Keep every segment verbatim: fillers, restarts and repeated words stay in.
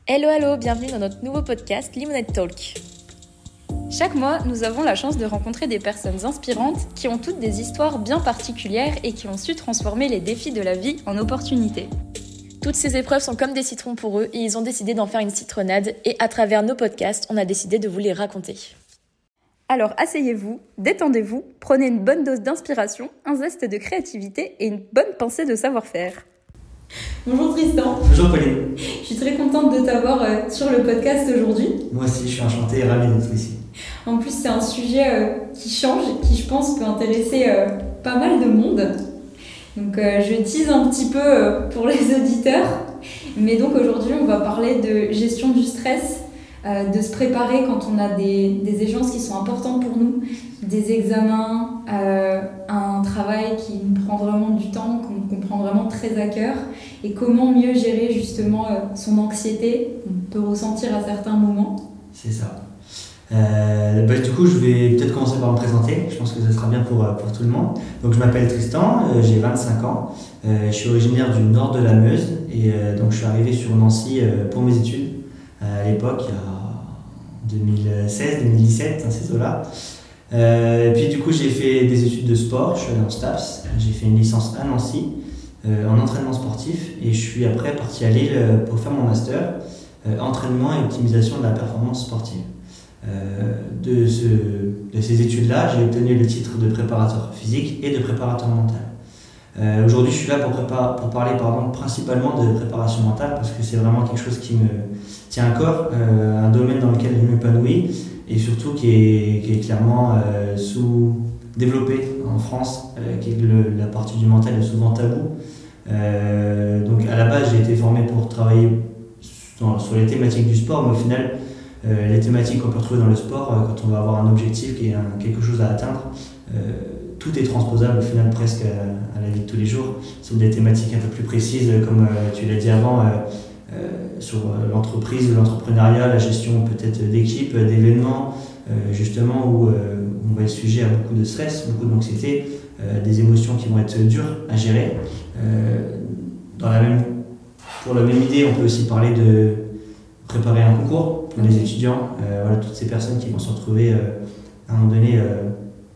Hello, hello, bienvenue dans notre nouveau podcast Limonade Talk. Chaque mois, nous avons la chance de rencontrer des personnes inspirantes qui ont toutes des histoires bien particulières et qui ont su transformer les défis de la vie en opportunités. Toutes ces épreuves sont comme des citrons pour eux et ils ont décidé d'en faire une citronnade et à travers nos podcasts, on a décidé de vous les raconter. Alors asseyez-vous, détendez-vous, prenez une bonne dose d'inspiration, un zeste de créativité et une bonne pincée de savoir-faire. Bonjour Tristan. Bonjour Pauline. Je suis très contente de t'avoir euh, sur le podcast aujourd'hui. Moi aussi, je suis enchanté et ravi d'être ici. En plus, c'est un sujet euh, qui change, qui je pense peut intéresser euh, pas mal de monde. Donc euh, je tease un petit peu euh, pour les auditeurs. Mais donc aujourd'hui, on va parler de gestion du stress, euh, de se préparer quand on a des, des échéances qui sont importantes pour nous, des examens, euh, un travail qui nous prend vraiment du temps, qu'on, qu'on prend vraiment très à cœur, et comment mieux gérer justement euh, son anxiété qu'on peut ressentir à certains moments. C'est ça. Euh, bah, du coup, je vais peut-être commencer par me présenter. Je pense que ça sera bien pour, pour tout le monde. Donc, je m'appelle Tristan, euh, j'ai vingt-cinq ans. Euh, je suis originaire du nord de la Meuse et euh, donc je suis arrivé sur Nancy euh, pour mes études euh, à l'époque, il y a deux mille seize deux mille dix-sept, dans ces eaux-là. Euh, et puis, du coup, j'ai fait des études de sport. Je suis allé en STAPS. J'ai fait une licence à Nancy euh, en entraînement sportif et je suis après parti à Lille euh, pour faire mon master euh, entraînement et optimisation de la performance sportive. Euh, de, ce, de ces études-là, j'ai obtenu le titre de préparateur physique et de préparateur mental. Euh, aujourd'hui, je suis là pour, prépa- pour parler pardon, principalement de préparation mentale parce que c'est vraiment quelque chose qui me tient à corps, euh, un domaine dans lequel je m'épanouis et surtout qui est, qui est clairement euh, sous-développé en France, euh, qui est le, la partie du mental est souvent tabou. Euh, donc à la base, j'ai été formé pour travailler dans, sur les thématiques du sport, mais au final, Euh, les thématiques qu'on peut retrouver dans le sport, euh, quand on va avoir un objectif qui est un, quelque chose à atteindre, euh, tout est transposable au final presque à, à la vie de tous les jours, sur des thématiques un peu plus précises, comme euh, tu l'as dit avant, euh, euh, sur euh, l'entreprise, l'entrepreneuriat, la gestion peut-être d'équipe, d'événements, euh, justement où euh, on va être sujet à beaucoup de stress, beaucoup d'anxiété, euh, des émotions qui vont être dures à gérer. Euh, dans la même, pour la même idée, on peut aussi parler de préparer un concours pour les étudiants, euh, voilà, toutes ces personnes qui vont se retrouver euh, à un moment donné euh,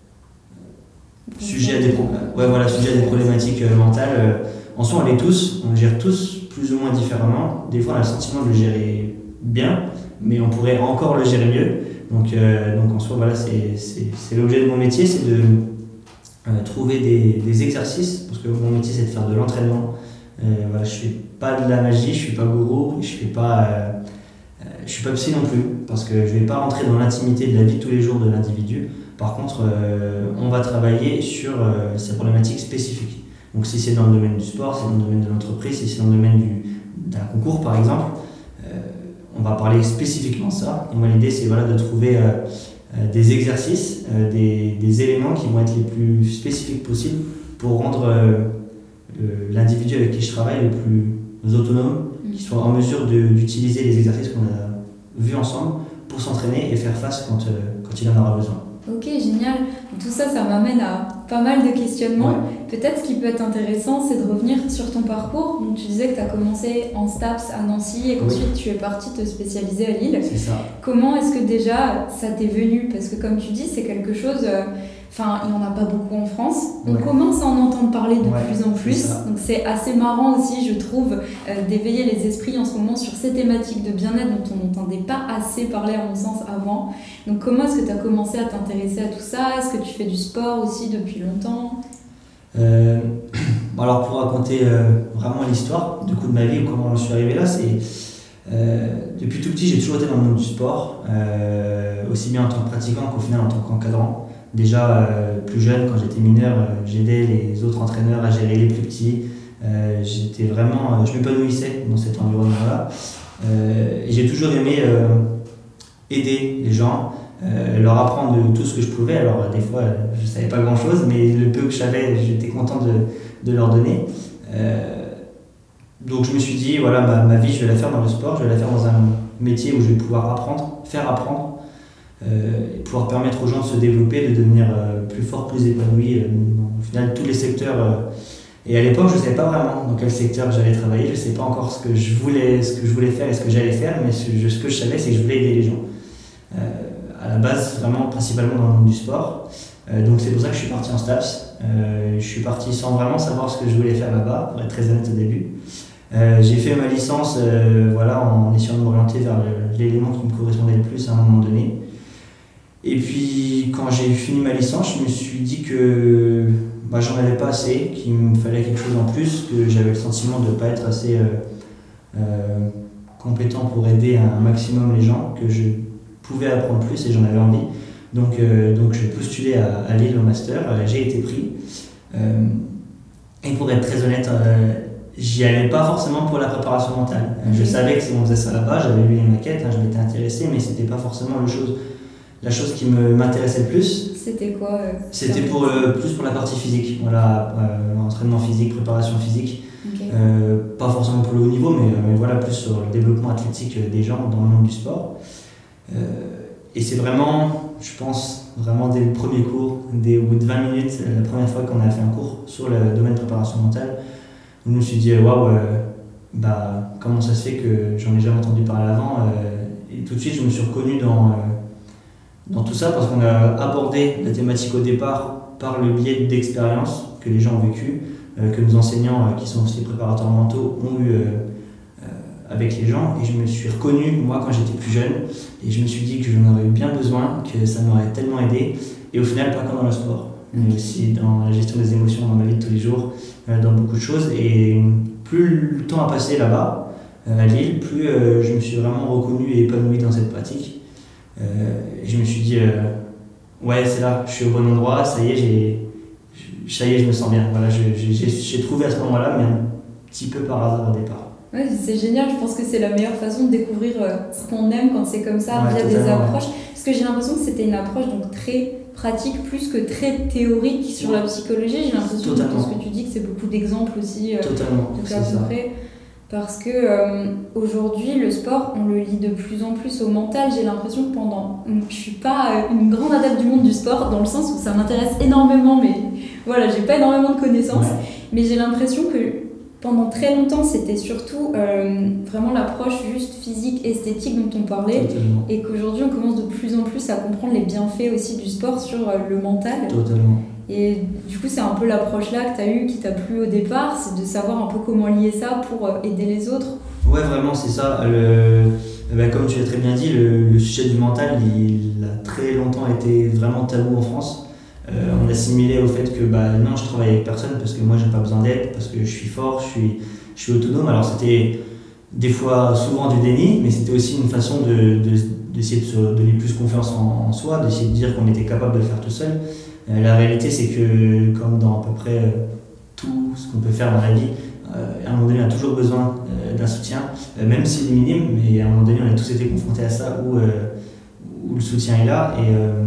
sujet, à des pro- ouais, voilà, sujet à des problématiques euh, mentales. Euh, en soi, on les tous, on les gère tous plus ou moins différemment. Des fois, on a le sentiment de le gérer bien, mais on pourrait encore le gérer mieux. Donc, euh, donc en soi, voilà, c'est, c'est, c'est l'objet de mon métier, c'est de euh, trouver des, des exercices, parce que mon métier, c'est de faire de l'entraînement. Euh, voilà, je ne fais pas de la magie, je ne suis pas gourou, je ne fais pas... Euh, Je ne suis pas psy non plus, parce que je ne vais pas rentrer dans l'intimité de la vie de tous les jours de l'individu. Par contre, euh, on va travailler sur euh, ces problématiques spécifiques. Donc si c'est dans le domaine du sport, c'est dans le domaine de l'entreprise, si c'est dans le domaine du, d'un concours par exemple, euh, on va parler spécifiquement de ça. Et moi l'idée c'est voilà, de trouver euh, euh, des exercices, euh, des, des éléments qui vont être les plus spécifiques possibles pour rendre euh, le, l'individu avec qui je travaille le plus autonome, qui soit en mesure de, d'utiliser les exercices qu'on a vus ensemble pour s'entraîner et faire face quand, euh, quand il en aura besoin. Ok, génial. Tout ça, ça m'amène à pas mal de questionnements. Ouais. Peut-être ce qui peut être intéressant, c'est de revenir sur ton parcours. Donc, tu disais que tu as commencé en STAPS à Nancy et qu'ensuite oui. tu es parti te spécialiser à Lille. C'est ça. Comment est-ce que déjà ça t'est venu ? Parce que comme tu dis, c'est quelque chose... Euh, Enfin, il n'y en a pas beaucoup en France. On ouais. commence à en entendre parler de ouais, plus en plus. C'est Donc c'est assez marrant aussi, je trouve, euh, d'éveiller les esprits en ce moment sur ces thématiques de bien-être dont on n'entendait pas assez parler à mon sens avant. Donc comment est-ce que tu as commencé à t'intéresser à tout ça ? Est-ce que tu fais du sport aussi depuis longtemps ? euh, Alors pour raconter euh, vraiment l'histoire du coup de ma vie, comment je suis arrivé là, c'est... Euh, depuis tout petit, j'ai toujours été dans le monde du sport, euh, aussi bien en tant que pratiquant qu'au final en tant qu'encadrant. Déjà euh, plus jeune, quand j'étais mineur, euh, j'aidais les autres entraîneurs à gérer les plus petits. Euh, j'étais vraiment, euh, je m'épanouissais dans cet environnement-là. Euh, et j'ai toujours aimé euh, aider les gens, euh, leur apprendre de tout ce que je pouvais. Alors des fois, je ne savais pas grand-chose, mais le peu que je savais, j'étais content de, de leur donner. Euh, donc je me suis dit, voilà, ma, ma vie, je vais la faire dans le sport, je vais la faire dans un métier où je vais pouvoir apprendre, faire apprendre. Euh, et pouvoir permettre aux gens de se développer, de devenir euh, plus forts, plus épanouis. Euh, au final, tous les secteurs euh, Et à l'époque, je ne savais pas vraiment dans quel secteur j'allais travailler, je ne savais pas encore ce que je voulais, ce que je voulais faire et ce que j'allais faire, mais ce, je, ce que je savais, c'est que je voulais aider les gens. Euh, à la base, vraiment, principalement dans le monde du sport. Euh, donc c'est pour ça que je suis parti en STAPS. Euh, je suis parti sans vraiment savoir ce que je voulais faire là-bas, pour être très honnête au début. Euh, j'ai fait ma licence euh, voilà, en essayant de m'orienter vers le, l'élément qui me correspondait le plus à un moment donné. Et puis quand j'ai fini ma licence, je me suis dit que bah, j'en avais pas assez, qu'il me fallait quelque chose en plus, que j'avais le sentiment de ne pas être assez euh, euh, compétent pour aider un maximum les gens, que je pouvais apprendre plus et j'en avais envie. Donc, euh, donc j'ai postulé à, à Lille au master, euh, j'ai été pris. Euh, et pour être très honnête, euh, j'y allais pas forcément pour la préparation mentale. Euh, je savais que si on faisait ça là-bas, j'avais lu les maquettes, hein, je m'étais intéressé, mais c'était pas forcément le chose, la chose qui me, m'intéressait le plus. C'était quoi euh, C'était pour, euh, plus pour la partie physique, voilà, euh, entraînement physique, préparation physique. Okay. Euh, pas forcément pour le haut niveau, mais, mais voilà, plus sur le développement athlétique des gens dans le monde du sport. Euh, et c'est vraiment, je pense, vraiment dès le premier cours, dès, au bout de vingt minutes, la première fois qu'on a fait un cours sur le domaine de préparation mentale, je me suis dit, waouh, euh, bah, comment ça se fait que j'en ai jamais entendu parler avant euh, et tout de suite, je me suis reconnu dans, euh, dans tout ça parce qu'on a abordé la thématique au départ par le biais d'expériences que les gens ont vécues, euh, que nos enseignants, euh, qui sont aussi préparateurs mentaux, ont eu euh, euh, avec les gens. Et je me suis reconnu, moi, quand j'étais plus jeune, et je me suis dit que j'en aurais eu bien besoin, que ça m'aurait tellement aidé. Et au final, pas que dans le sport, mais aussi dans la gestion des émotions, dans ma vie de tous les jours, euh, dans beaucoup de choses. Et plus le temps a passé là-bas, euh, à Lille, plus euh, je me suis vraiment reconnu et épanoui dans cette pratique. Euh, et je me suis dit, euh, ouais, c'est là, je suis au bon endroit, ça y est, j'ai, ça y est, je me sens bien. Voilà, je, j'ai, j'ai trouvé à ce moment-là, mais un petit peu par hasard au départ. Ouais, c'est génial, je pense que c'est la meilleure façon de découvrir euh, ce qu'on aime quand c'est comme ça, ouais, via des approches. Ouais. Parce que j'ai l'impression que c'était une approche donc très pratique, plus que très théorique sur la psychologie. J'ai l'impression que dans ce que tu dis que c'est beaucoup d'exemples aussi. Euh, Totalement, de cas concret. Parce que euh, aujourd'hui, le sport, on le lie de plus en plus au mental. J'ai l'impression que pendant... Je suis pas une grande adepte du monde du sport, dans le sens où ça m'intéresse énormément, mais voilà, j'ai pas énormément de connaissances. Ouais. Mais j'ai l'impression que pendant très longtemps, c'était surtout euh, vraiment l'approche juste physique, esthétique dont on parlait. Totalement. Et qu'aujourd'hui, on commence de plus en plus à comprendre les bienfaits aussi du sport sur euh, le mental. Totalement. Et du coup, c'est un peu l'approche là que tu as eue, qui t'a plu au départ, c'est de savoir un peu comment lier ça pour euh, aider les autres. Ouais, vraiment, c'est ça. Le, ben, comme tu l'as très bien dit, le, le sujet du mental, il a très longtemps été vraiment tabou en France. Euh, on assimilait au fait que bah, non, je travaille avec personne parce que moi, j'ai pas besoin d'aide, parce que je suis fort, je suis, je suis autonome. Alors, c'était des fois souvent du déni, mais c'était aussi une façon de, de, d'essayer de se donner plus confiance en, en soi, d'essayer de dire qu'on était capable de le faire tout seul. Euh, la réalité, c'est que, comme dans à peu près euh, tout ce qu'on peut faire dans la vie, euh, à un moment donné, on a toujours besoin euh, d'un soutien, euh, même s'il est minime, mais à un moment donné, on a tous été confrontés à ça, où, euh, où le soutien est là. Et, euh,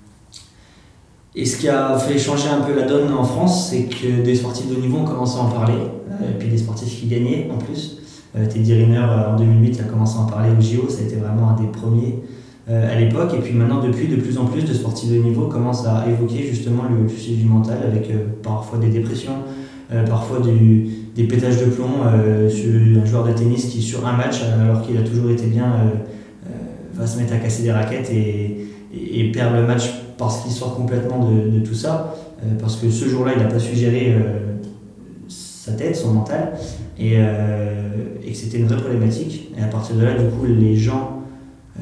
et ce qui a fait changer un peu la donne en France, c'est que des sportifs de haut niveau ont commencé à en parler, euh, et puis des sportifs qui gagnaient en plus. Euh, Teddy Riner, euh, en deux mille huit, a commencé à en parler au J O, ça a été vraiment un des premiers. Euh, à l'époque, et puis maintenant depuis, de plus en plus de sportifs de niveau commencent à évoquer justement le sujet du mental avec euh, parfois des dépressions, euh, parfois du, des pétages de plomb euh, sur un joueur de tennis qui sur un match, alors qu'il a toujours été bien, euh, euh, va se mettre à casser des raquettes et, et, et perd le match parce qu'il sort complètement de, de tout ça, euh, parce que ce jour-là il n'a pas su gérer euh, sa tête, son mental, et, euh, et que c'était une vraie problématique. Et à partir de là, du coup, les gens euh,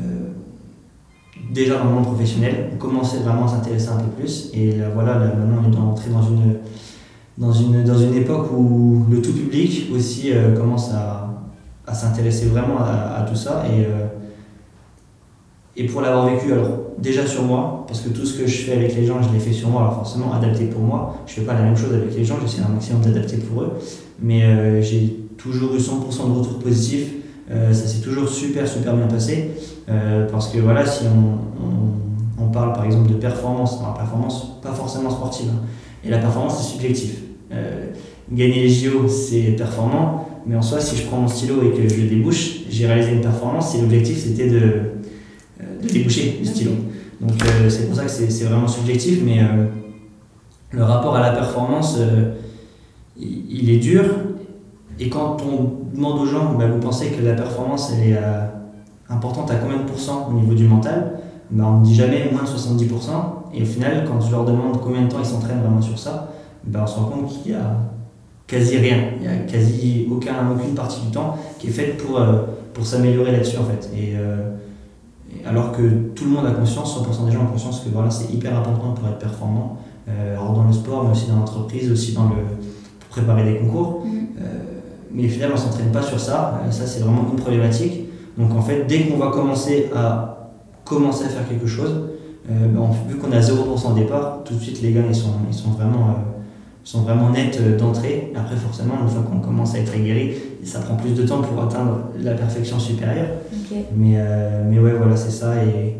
déjà dans le monde professionnel, on commençait vraiment à s'intéresser un peu plus. Et là, voilà, là, maintenant on est entré dans une, dans, une, dans une époque où le tout public aussi euh, commence à, à s'intéresser vraiment à, à tout ça. Et, euh, et pour l'avoir vécu, alors déjà sur moi, parce que tout ce que je fais avec les gens, je l'ai fait sur moi, alors forcément adapté pour moi. Je ne fais pas la même chose avec les gens, j'essaie un maximum d'adapter pour eux. Mais euh, j'ai toujours eu cent pour cent de retours positifs. Euh, ça s'est toujours super super bien passé euh, parce que voilà, si on, on, on parle par exemple de performance, alors performance pas forcément sportive, hein, et la performance c'est subjectif. Euh, gagner les J O c'est performant, mais en soi si je prends mon stylo et que je le débouche, j'ai réalisé une performance et l'objectif c'était de, de déboucher le stylo. Donc euh, c'est pour ça que c'est, c'est vraiment subjectif, mais euh, le rapport à la performance, euh, il, il est dur. Et quand on demande aux gens, bah, vous pensez que la performance elle est euh, importante à combien de pourcents au niveau du mental, bah, on ne dit jamais moins de soixante-dix pour cent. Et au final, quand je leur demande combien de temps ils s'entraînent vraiment sur ça, bah, on se rend compte qu'il y a quasi rien. Il n'y a quasi aucun, aucune partie du temps qui est faite pour, euh, pour s'améliorer là-dessus en fait. Et, euh, et alors que tout le monde a conscience, cent pour cent des gens ont conscience que voilà, c'est hyper important pour être performant. Euh, alors dans le sport, mais aussi dans l'entreprise, aussi dans le, pour préparer des concours. Mmh. Euh, mais au final, on ne s'entraîne pas sur ça. Euh, ça, c'est vraiment une problématique. Donc en fait, dès qu'on va commencer à commencer à faire quelque chose, euh, ben, on, vu qu'on est à zéro pour cent au départ, tout de suite les gars ils sont, ils sont, vraiment, euh, sont vraiment nets d'entrée. Après forcément, une fois qu'on commence à être aguerri, ça prend plus de temps pour atteindre la perfection supérieure. Okay. Mais, euh, mais ouais, voilà, c'est ça. Et,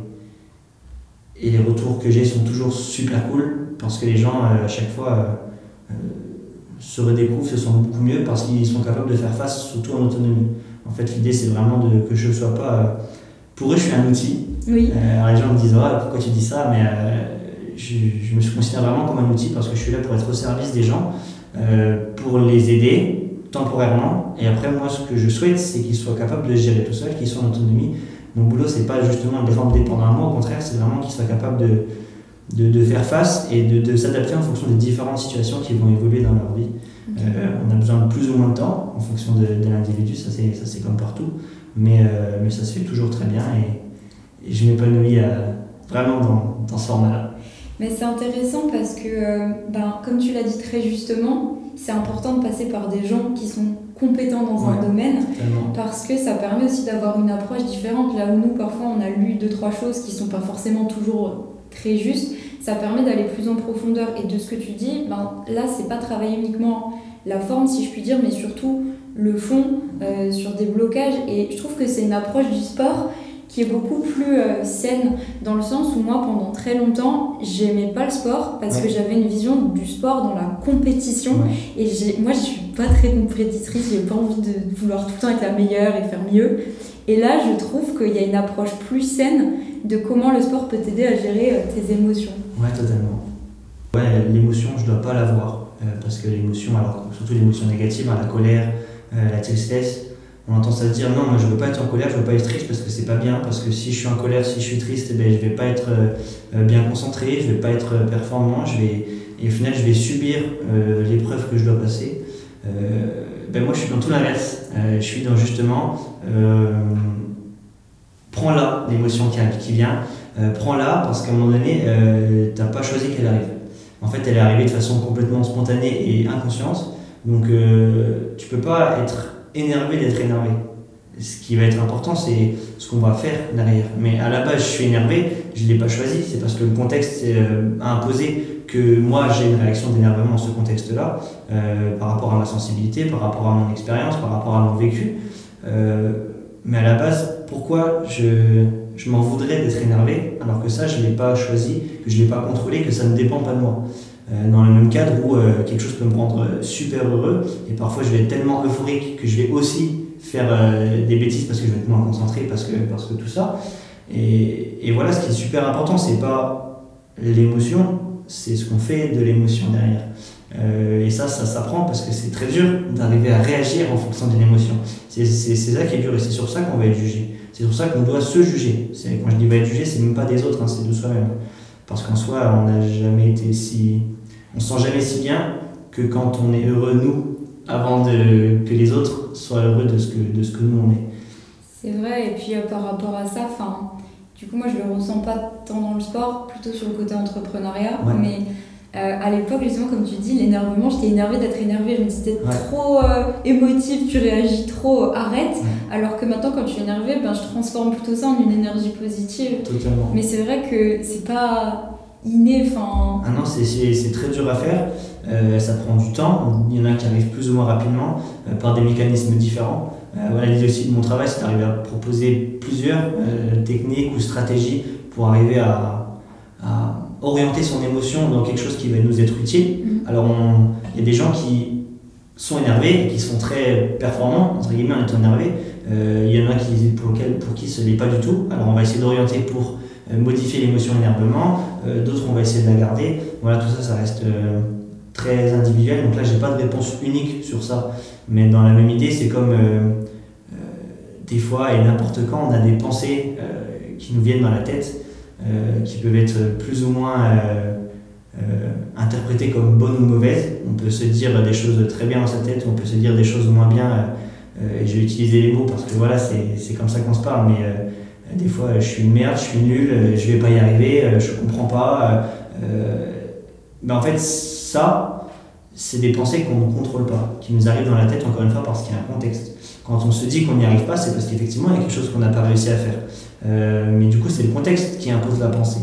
et les retours que j'ai sont toujours super cool parce que les gens, euh, à chaque fois, euh, euh, se redécouvrent, se sentent beaucoup mieux parce qu'ils sont capables de faire face, surtout en autonomie. En fait, l'idée, c'est vraiment de, que je ne sois pas... Euh, pour eux, je suis un outil. Oui. Euh, alors les gens me disent oh, « pourquoi tu dis ça ?» Mais euh, je, je me considère vraiment comme un outil parce que je suis là pour être au service des gens, euh, pour les aider temporairement. Et après, moi, ce que je souhaite, c'est qu'ils soient capables de gérer tout seul, qu'ils soient en autonomie. Mon boulot, c'est pas justement de les rendre dépendants à moi, au contraire, c'est vraiment qu'ils soient capables de, de, de faire face et de, de s'adapter en fonction des différentes situations qui vont évoluer dans leur vie. Okay. Euh, on a besoin de plus ou moins de temps en fonction de, de l'individu, ça c'est, ça c'est comme partout, mais, euh, mais ça se fait toujours très bien et, et je m'épanouis euh, vraiment dans, dans ce format-là. Mais c'est intéressant parce que, euh, ben, comme tu l'as dit très justement, c'est important de passer par des gens qui sont compétents dans ouais, un domaine totalement. Parce que ça permet aussi d'avoir une approche différente. Là où nous, parfois, on a lu deux, trois choses qui ne sont pas forcément toujours très justes, ça permet d'aller plus en profondeur. Et de ce que tu dis, ben, là, c'est pas travailler uniquement la forme, si je puis dire, mais surtout le fond euh, sur des blocages. Et je trouve que c'est une approche du sport qui est beaucoup plus euh, saine, dans le sens où moi, pendant très longtemps, j'aimais pas le sport parce ouais. que j'avais une vision du sport dans la compétition. Ouais. Et j'ai, moi, je suis pas très compétitrice, j'ai pas envie de vouloir tout le temps être la meilleure et faire mieux. Et là, je trouve qu'il y a une approche plus saine de comment le sport peut t'aider à gérer euh, tes émotions. Ouais, totalement. Ouais, l'émotion, je dois pas l'avoir. Euh, parce que l'émotion, alors surtout l'émotion négative, hein, la colère, euh, la tristesse, on entend ça se dire non, moi je veux pas être en colère, je veux pas être triste parce que c'est pas bien, parce que si je suis en colère, si je suis triste, eh ben, je vais pas être euh, bien concentré, je vais pas être performant, je vais, et au final je vais subir euh, l'épreuve que je dois passer. Euh, ben moi je suis dans tout l'inverse, euh, je suis dans justement euh, prends-la l'émotion qui, qui vient, euh, prends-la parce qu'à un moment donné euh, t'as pas choisi qu'elle arrive. En fait elle est arrivée de façon complètement spontanée et inconsciente, donc euh, tu peux pas être énervé d'être énervé. Ce qui va être important, c'est ce qu'on va faire derrière. Mais à la base, je suis énervé, je ne l'ai pas choisi, c'est parce que le contexte euh, a imposé que moi j'ai une réaction d'énervement dans ce contexte-là, euh, par rapport à ma sensibilité, par rapport à mon expérience, par rapport à mon vécu. Euh, mais à la base, pourquoi je, je m'en voudrais d'être énervé alors que ça, je ne l'ai pas choisi, que je ne l'ai pas contrôlé, que ça ne dépend pas de moi. Euh, dans le même cadre où euh, quelque chose peut me rendre super heureux et parfois je vais être tellement euphorique que je vais aussi faire euh, des bêtises parce que je vais être moins concentré, parce que, parce que tout ça. Et, et voilà, ce qui est super important, c'est pas l'émotion, c'est ce qu'on fait de l'émotion derrière. Euh, et ça, ça s'apprend parce que c'est très dur d'arriver à réagir en fonction d'une émotion. C'est, c'est, c'est ça qui est dur et c'est sur ça qu'on va être jugé. C'est sur ça qu'on doit se juger. C'est, quand je dis va être jugé, c'est même pas des autres, hein, c'est de soi-même. Parce qu'en soi, on n'a jamais été si... On se sent jamais si bien que quand on est heureux, nous, avant de, que les autres soient heureux de ce que, de ce que nous, on est. C'est vrai, et puis euh, par rapport à ça, du coup, moi, je le ressens pas tant dans le sport, plutôt sur le côté entrepreneuriat, ouais. mais euh, à l'époque, justement, comme tu dis, l'énervement, j'étais énervée d'être énervée, je me disais, t'es ouais. trop euh, émotive, tu réagis trop, arrête. Ouais. Alors que maintenant, quand je suis énervée, ben, je transforme plutôt ça en une énergie positive. Totalement. Mais c'est vrai que c'est pas inné, enfin... Ah non, c'est, c'est, c'est très dur à faire, euh, ça prend du temps, il y en a qui arrivent plus ou moins rapidement, euh, par des mécanismes différents. Euh, voilà, l'idée aussi de mon travail, c'est d'arriver à proposer plusieurs euh, techniques ou stratégies pour arriver à, à orienter son émotion dans quelque chose qui va nous être utile. Mmh. Alors, il y a des gens qui sont énervés et qui sont très performants, entre guillemets, en étant énervés. Euh, il y en a qui, pour, lequel, pour qui ce n'est pas du tout. Alors, on va essayer d'orienter pour euh, modifier l'émotion énervement. Euh, d'autres, on va essayer de la garder. Voilà, tout ça, ça reste, euh, très individuelles, donc là j'ai pas de réponse unique sur ça, mais dans la même idée c'est comme euh, euh, des fois et n'importe quand on a des pensées euh, qui nous viennent dans la tête, euh, qui peuvent être plus ou moins euh, euh, interprétées comme bonnes ou mauvaises. On peut se dire des choses très bien dans sa tête, ou on peut se dire des choses moins bien, euh, et je vais utiliser les mots parce que voilà, c'est, c'est comme ça qu'on se parle, mais euh, des fois je suis une merde, je suis nul, je vais pas y arriver, je comprends pas. Euh, mais en fait ça, c'est des pensées qu'on ne contrôle pas, qui nous arrivent dans la tête encore une fois parce qu'il y a un contexte. Quand on se dit qu'on n'y arrive pas, c'est parce qu'effectivement il y a quelque chose qu'on n'a pas réussi à faire. Euh, mais du coup c'est le contexte qui impose la pensée.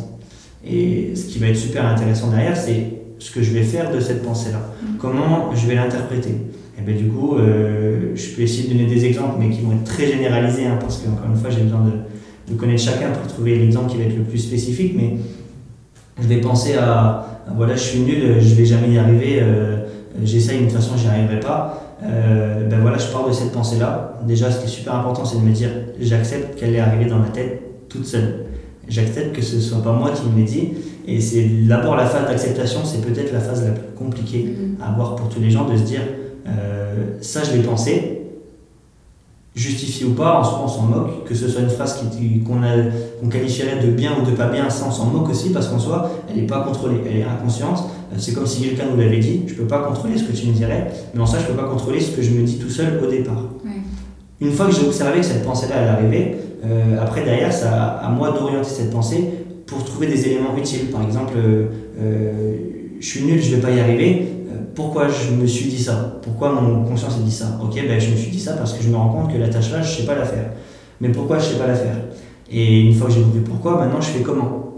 Et ce qui va être super intéressant derrière, c'est ce que je vais faire de cette pensée-là. Comment je vais l'interpréter. Et bien du coup, euh, je peux essayer de donner des exemples, mais qui vont être très généralisés, hein, parce qu'encore une fois, j'ai besoin de, de connaître chacun pour trouver l'exemple qui va être le plus spécifique. Mais je vais penser à, à voilà, je suis nul, je vais jamais y arriver, euh, j'essaye, mais de toute façon, j'y arriverai pas. Euh, ben voilà, je pars de cette pensée-là. Déjà, ce qui est super important, c'est de me dire, j'accepte qu'elle est arrivée dans ma tête toute seule. J'accepte que ce ne soit pas moi qui me l'ai dit. Et c'est d'abord la phase d'acceptation, c'est peut-être la phase la plus compliquée à avoir pour tous les gens, de se dire euh, ça je l'ai pensé, justifié ou pas, en soi on s'en moque, que ce soit une phrase qui, qu'on, a, qu'on qualifierait de bien ou de pas bien, ça on s'en moque aussi, parce qu'en soi elle n'est pas contrôlée, elle est inconsciente. C'est comme si quelqu'un nous l'avait dit, je ne peux pas contrôler ce que tu me dirais, mais en ça je ne peux pas contrôler ce que je me dis tout seul au départ. Ouais. Une fois que j'ai observé que cette pensée-là elle arrivait, euh, après derrière c'est à, à moi d'orienter cette pensée pour trouver des éléments utiles. Par exemple, euh, euh, je suis nul, je ne vais pas y arriver. Euh, pourquoi je me suis dit ça? Pourquoi mon conscience a dit ça? Ok, ben, je me suis dit ça parce que je me rends compte que la tâche-là, je ne sais pas la faire. Mais pourquoi je ne sais pas la faire? Et une fois que j'ai compris pourquoi, maintenant je fais comment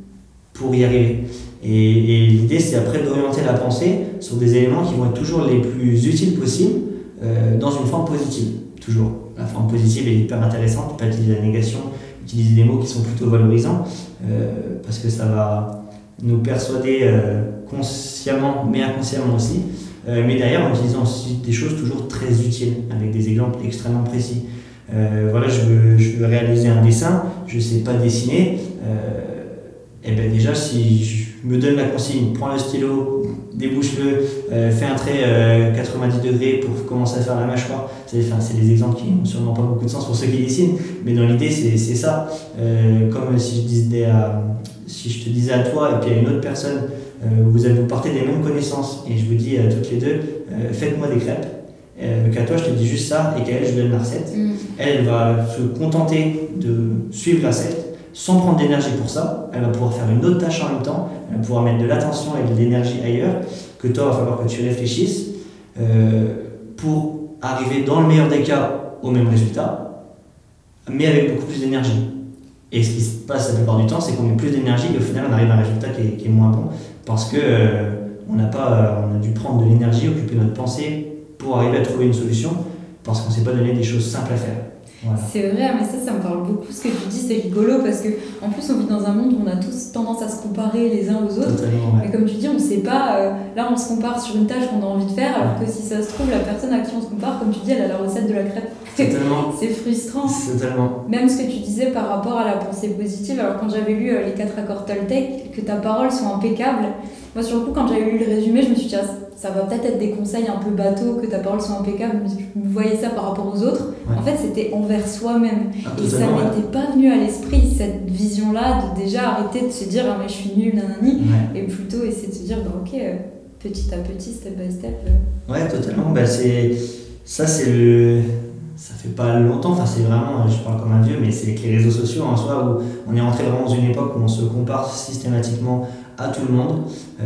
pour y arriver? Et, et l'idée, c'est après d'orienter la pensée sur des éléments qui vont être toujours les plus utiles possibles, euh, dans une forme positive. Toujours. La forme positive est hyper intéressante, pas utiliser la négation, utiliser des mots qui sont plutôt valorisants, euh, parce que ça va nous persuader euh, consciemment, mais inconsciemment aussi, euh, mais d'ailleurs en utilisant aussi des choses toujours très utiles, avec des exemples extrêmement précis. Euh, voilà, je veux, je veux réaliser un dessin, je ne sais pas dessiner, euh, et bien déjà si je me donne la consigne, prends le stylo, débouche-le, euh, fais un trait euh, quatre-vingt-dix degrés pour commencer à faire la mâchoire. C'est, enfin, c'est des exemples qui n'ont sûrement pas beaucoup de sens pour ceux qui dessinent, mais dans l'idée c'est, c'est ça. Euh, comme si je, disais à, si je te disais à toi et puis à une autre personne, euh, vous, avez, vous partez des mêmes connaissances et je vous dis à toutes les deux, euh, faites-moi des crêpes. Euh, qu'à toi je te dis juste ça et qu'à elle je lui donne la recette. Mmh. Elle, elle va se contenter de suivre la recette sans prendre d'énergie pour ça. Elle va pouvoir faire une autre tâche en même temps, elle va pouvoir mettre de l'attention et de l'énergie ailleurs, que toi il va falloir que tu réfléchisses euh, pour arriver dans le meilleur des cas au même résultat, mais avec beaucoup plus d'énergie. Et ce qui se passe la plupart du temps, c'est qu'on met plus d'énergie et au final on arrive à un résultat qui est, qui est moins bon parce que euh, on, n'a pas, euh, on a dû prendre de l'énergie, occuper notre pensée pour arriver à trouver une solution parce qu'on ne s'est pas donné des choses simples à faire. Voilà. C'est vrai, mais ça, ça me parle beaucoup ce que tu dis, c'est rigolo parce que en plus on vit dans un monde où on a tous tendance à se comparer les uns aux autres. Totalement, ouais. Mais comme tu dis, on ne sait pas, euh, là on se compare sur une tâche qu'on a envie de faire, alors que si ça se trouve, la personne à qui on se compare, comme tu dis, elle a la recette de la crêpe. Totalement. C'est frustrant. Totalement. Même ce que tu disais par rapport à la pensée positive, alors quand j'avais lu euh, les quatre accords Toltec, que ta parole soit impeccable, moi sur le coup quand j'avais lu le résumé, je me suis dit, ah, ça va peut-être être des conseils un peu bateaux, que ta parole soit impeccable, mais je voyais ça par rapport aux autres. Ouais. En fait, c'était envers soi-même. Ah, et ça m'était ouais. pas venu à l'esprit, cette vision-là, de déjà arrêter de se dire ah, mais je suis nulle, nanani, ouais. et plutôt essayer de se dire bah, ok, euh, petit à petit, step by step. Euh... Ouais, totalement. Bah, c'est... Ça, c'est le. Ça fait pas longtemps, enfin, c'est vraiment, je parle comme un vieux, mais c'est avec les réseaux sociaux en soi où on est rentré vraiment dans une époque où on se compare systématiquement à tout le monde.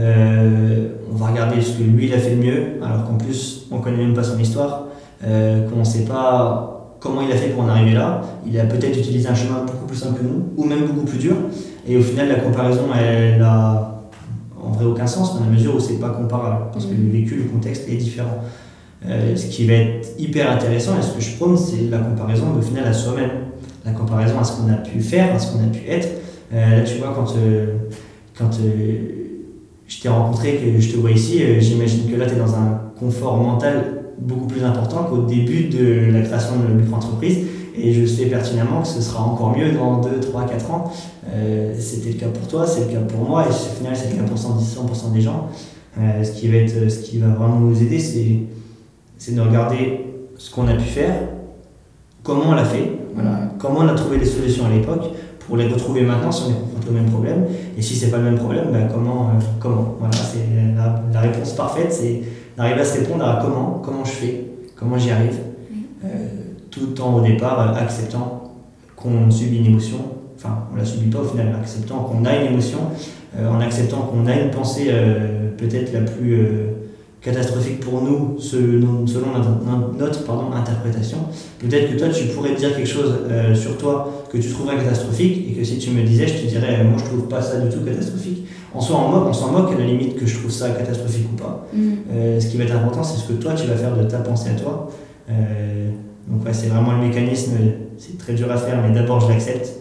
Euh, on va regarder ce que lui il a fait de mieux, alors qu'en plus on connaît même pas son histoire, euh, qu'on sait pas comment il a fait pour en arriver là. Il a peut-être utilisé un chemin beaucoup plus simple que nous, ou même beaucoup plus dur. Et au final, la comparaison, elle a en vrai aucun sens, dans la mesure où c'est pas comparable, parce que le vécu, le contexte est différent. Euh, ce qui va être hyper intéressant, et ce que je prône, c'est la comparaison au final à soi-même, la comparaison à ce qu'on a pu faire, à ce qu'on a pu être. Euh, là, tu vois, quand euh, quand euh, je t'ai rencontré, que je te vois ici, euh, j'imagine que là, tu es dans un confort mental beaucoup plus important qu'au début de la création de la micro-entreprise. Et je sais pertinemment que ce sera encore mieux dans deux, trois, quatre ans. Euh, c'était le cas pour toi, c'est le cas pour moi, et au final, c'est le cas pour cent pour cent des gens. Euh, ce, qui va être, ce qui va vraiment nous aider, c'est, c'est de regarder ce qu'on a pu faire, comment on l'a fait, voilà, comment on a trouvé les solutions à l'époque, pour les retrouver maintenant si on est confronté au même problème. Et si c'est pas le même problème, ben comment, euh, comment voilà, c'est la, la réponse parfaite, c'est d'arriver à se répondre à comment, comment je fais, comment j'y arrive, euh, tout en au départ euh, acceptant qu'on subit une émotion, enfin on la subit pas au final, acceptant qu'on a une émotion, euh, en acceptant qu'on a une pensée euh, peut-être la plus euh, catastrophique pour nous selon, selon notre, notre pardon, interprétation. Peut-être que toi tu pourrais dire quelque chose euh, sur toi que tu trouverais catastrophique et que si tu me disais, je te dirais euh, moi je trouve pas ça du tout catastrophique. En soi on, moque, on s'en moque à la limite que je trouve ça catastrophique ou pas. Mm. Euh, ce qui va être important c'est ce que toi tu vas faire de ta pensée à toi. Euh, donc ouais, c'est vraiment le mécanisme, c'est très dur à faire mais d'abord je l'accepte.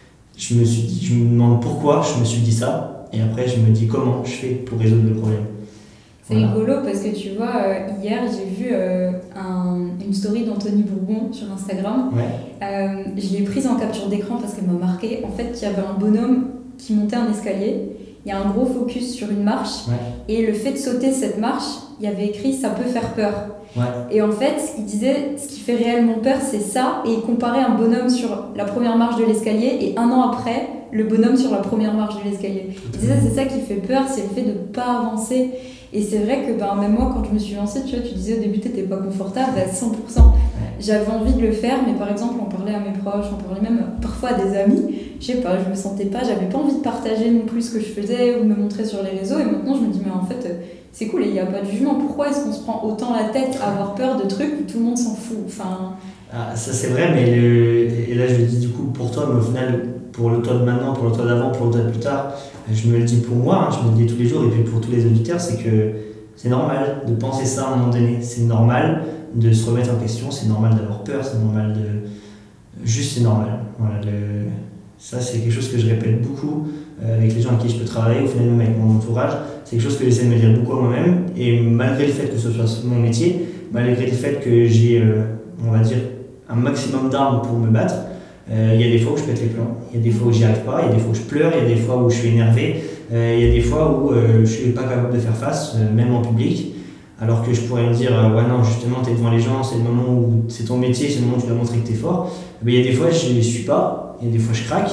Je me suis dit, je me demande pourquoi je me suis dit ça et après je me dis comment je fais pour résoudre le problème. C'est voilà. Rigolo parce que tu vois, euh, hier j'ai vu euh, un, une story d'Anthony Bourbon sur Instagram. Ouais. Euh, je l'ai prise en capture d'écran parce qu'elle m'a marqué. En fait, il y avait un bonhomme qui montait un escalier. Il y a un gros focus sur une marche. Ouais. Et le fait de sauter cette marche, il y avait écrit « ça peut faire peur ». Ouais. Et en fait, il disait ce qui fait réellement peur, c'est ça. Et il comparait un bonhomme sur la première marche de l'escalier et un an après, le bonhomme sur la première marche de l'escalier. Il disait c'est ça qui fait peur, c'est le fait de ne pas avancer. Et c'est vrai que ben, même moi, quand je me suis lancée, tu vois, tu disais au début, tu n'étais pas confortable à cent pour cent. J'avais envie de le faire, mais par exemple, on parlait à mes proches, on parlait même parfois à des amis. Je sais pas, je me sentais pas, j'avais pas envie de partager non plus ce que je faisais ou de me montrer sur les réseaux. Et maintenant, je me dis, mais en fait, c'est cool, il n'y a pas de jugement. Pourquoi est-ce qu'on se prend autant la tête à avoir peur de trucs où tout le monde s'en fout enfin... Ah, ça c'est vrai, mais le... et là je le dis du coup pour toi, mais au final, pour le toi de maintenant, pour le toi d'avant, pour le toi de plus tard, je me le dis pour moi, hein, je me le dis tous les jours, et puis pour tous les auditeurs, c'est que c'est normal de penser ça à un moment donné, c'est normal de se remettre en question, c'est normal d'avoir peur, c'est normal de... Juste c'est normal. Voilà, le... Ça c'est quelque chose que je répète beaucoup euh, avec les gens avec qui je peux travailler, au final même avec mon entourage, c'est quelque chose que j'essaie de me dire beaucoup à moi-même, et malgré le fait que ce soit mon métier, malgré le fait que j'ai, euh, on va dire, un maximum d'armes pour me battre, il euh, y a des fois où je pète les plombs, il y a des fois où j'y arrive pas, il y a des fois où je pleure, il y a des fois où je suis énervé, il euh, y a des fois où euh, je suis pas capable de faire face, euh, même en public, alors que je pourrais me dire euh, ouais non justement t'es devant les gens, c'est le moment où c'est ton métier, c'est le moment où tu dois montrer que t'es fort. Mais il y a des fois je ne suis pas, il y a des fois je craque,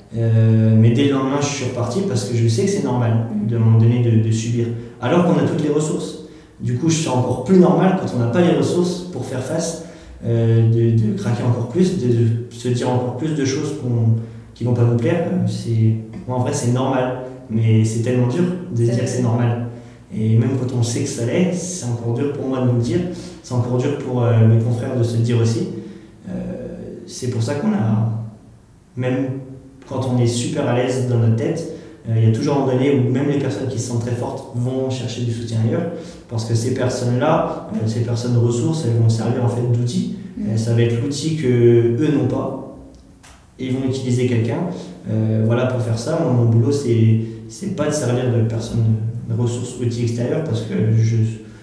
euh, mais dès le lendemain je suis reparti parce que je sais que c'est normal de, à un moment donné de, de subir, alors qu'on a toutes les ressources. Du coup je suis encore plus normal quand on n'a pas les ressources pour faire face. Euh, de, de craquer encore plus, de, de se dire encore plus de choses qu'on, qui vont pas nous plaire. C'est, moi, en vrai, c'est normal, mais c'est tellement dur de se dire que c'est normal. Et même quand on sait que ça l'est, c'est encore dur pour moi de nous le dire, c'est encore dur pour euh, mes confrères de se le dire aussi. Euh, c'est pour ça qu'on a, même quand on est super à l'aise dans notre tête, il euh, y a toujours un moment donné où même les personnes qui se sentent très fortes vont chercher du soutien ailleurs, parce que ces personnes-là, euh, ces personnes de ressources, elles vont servir en fait d'outils. Mmh. Euh, ça va être l'outil que eux n'ont pas, et ils vont utiliser quelqu'un. Euh, voilà, pour faire ça, mon, mon boulot, c'est, c'est pas de servir de personnes de ressources, outils extérieurs, parce que je,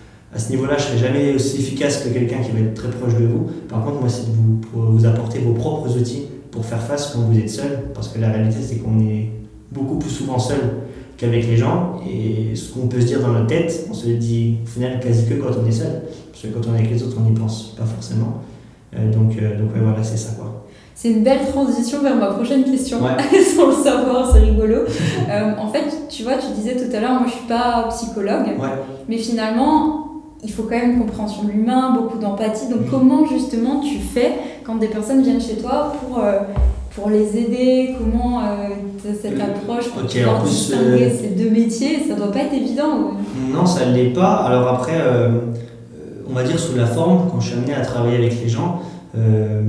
à ce niveau-là, je serai jamais aussi efficace que quelqu'un qui va être très proche de vous. Par contre, moi, c'est de vous, pour vous apporter vos propres outils pour faire face quand vous êtes seul, parce que la réalité, c'est qu'on est beaucoup plus souvent seul qu'avec les gens, et ce qu'on peut se dire dans notre tête, on se le dit au final quasi que quand on est seul, parce que quand on est avec les autres, on n'y pense pas forcément. Euh, donc, euh, donc ouais, voilà, c'est ça quoi. C'est une belle transition vers ma prochaine question, ouais. Sans le savoir, c'est rigolo. euh, en fait, tu vois, tu disais tout à l'heure, moi je suis pas psychologue, ouais. mais finalement, il faut quand même une compréhension de l'humain, beaucoup d'empathie. Donc, mmh. comment justement tu fais quand des personnes viennent chez toi pour euh, pour les aider, comment euh, cette approche pour okay, pouvoir plus, distinguer euh... ces deux métiers, ça doit pas être évident ou... Non, ça ne l'est pas. Alors après, euh, on va dire sous la forme, quand je suis amené à travailler avec les gens, euh,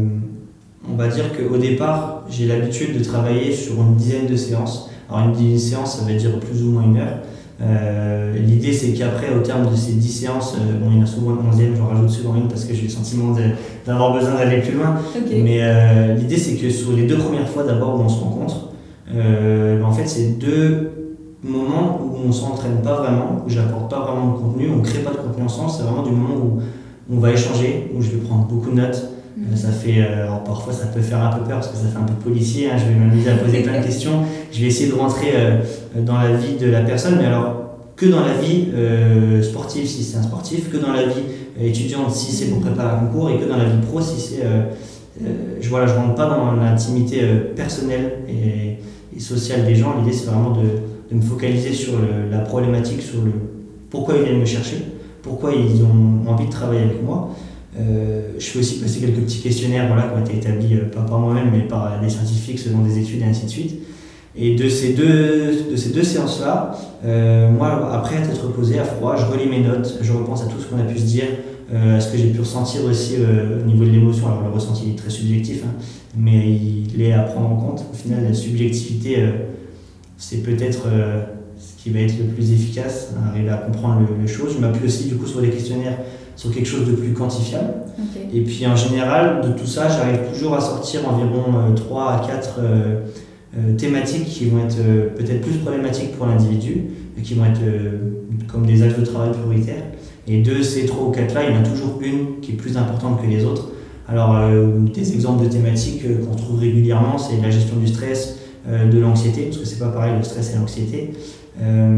on va dire qu'au départ, j'ai l'habitude de travailler sur une dizaine de séances. Alors une, une séance, ça veut dire plus ou moins une heure. Euh, l'idée c'est qu'après au terme de ces dix séances, euh, bon, il y en a souvent une onzième, j'en rajoute souvent une parce que j'ai le sentiment de, d'avoir besoin d'aller plus loin. Okay. Mais euh, l'idée c'est que sur les deux premières fois d'abord où on se rencontre, euh, en fait c'est deux moments où on ne s'entraîne pas vraiment, où j'apporte pas vraiment de contenu, on ne crée pas de contenu ensemble, c'est vraiment du moment où on va échanger, où je vais prendre beaucoup de notes. Mmh. Ça fait, euh, alors parfois ça peut faire un peu peur parce que ça fait un peu policier, hein, je vais m'amuser à poser plein de questions, je vais essayer de rentrer euh, dans la vie de la personne, mais alors que dans la vie euh, sportive si c'est un sportif, que dans la vie euh, étudiante si c'est pour préparer un concours, et que dans la vie pro si c'est... Euh, euh, je ne voilà, je rentre pas dans l'intimité euh, personnelle et, et sociale des gens. L'idée, c'est vraiment de, de me focaliser sur le, la problématique, sur le pourquoi ils viennent me chercher, pourquoi ils ont envie de travailler avec moi. Euh, je fais aussi passer quelques petits questionnaires voilà, qui ont été établis euh, pas par moi-même mais par des scientifiques selon des études et ainsi de suite. Et de ces deux, de ces deux séances-là, euh, moi, après être reposé à froid, je relis mes notes, je repense à tout ce qu'on a pu se dire, euh, à ce que j'ai pu ressentir aussi euh, au niveau de l'émotion. Alors le ressenti il est très subjectif, hein, mais il est à prendre en compte. Au final, la subjectivité, euh, c'est peut-être euh, ce qui va être le plus efficace, hein, arriver à comprendre le, les choses. Je m'appuie aussi du coup sur les questionnaires, sur quelque chose de plus quantifiable. Okay. Et puis en général, de tout ça, j'arrive toujours à sortir environ euh, trois à quatre euh, euh, thématiques qui vont être euh, peut-être plus problématiques pour l'individu, et qui vont être euh, comme des axes de travail prioritaires. Et de ces trois ou quatre-là, il y en a toujours une qui est plus importante que les autres. Alors, euh, des exemples de thématiques euh, qu'on trouve régulièrement, c'est la gestion du stress, euh, de l'anxiété, parce que c'est pas pareil le stress et l'anxiété, euh,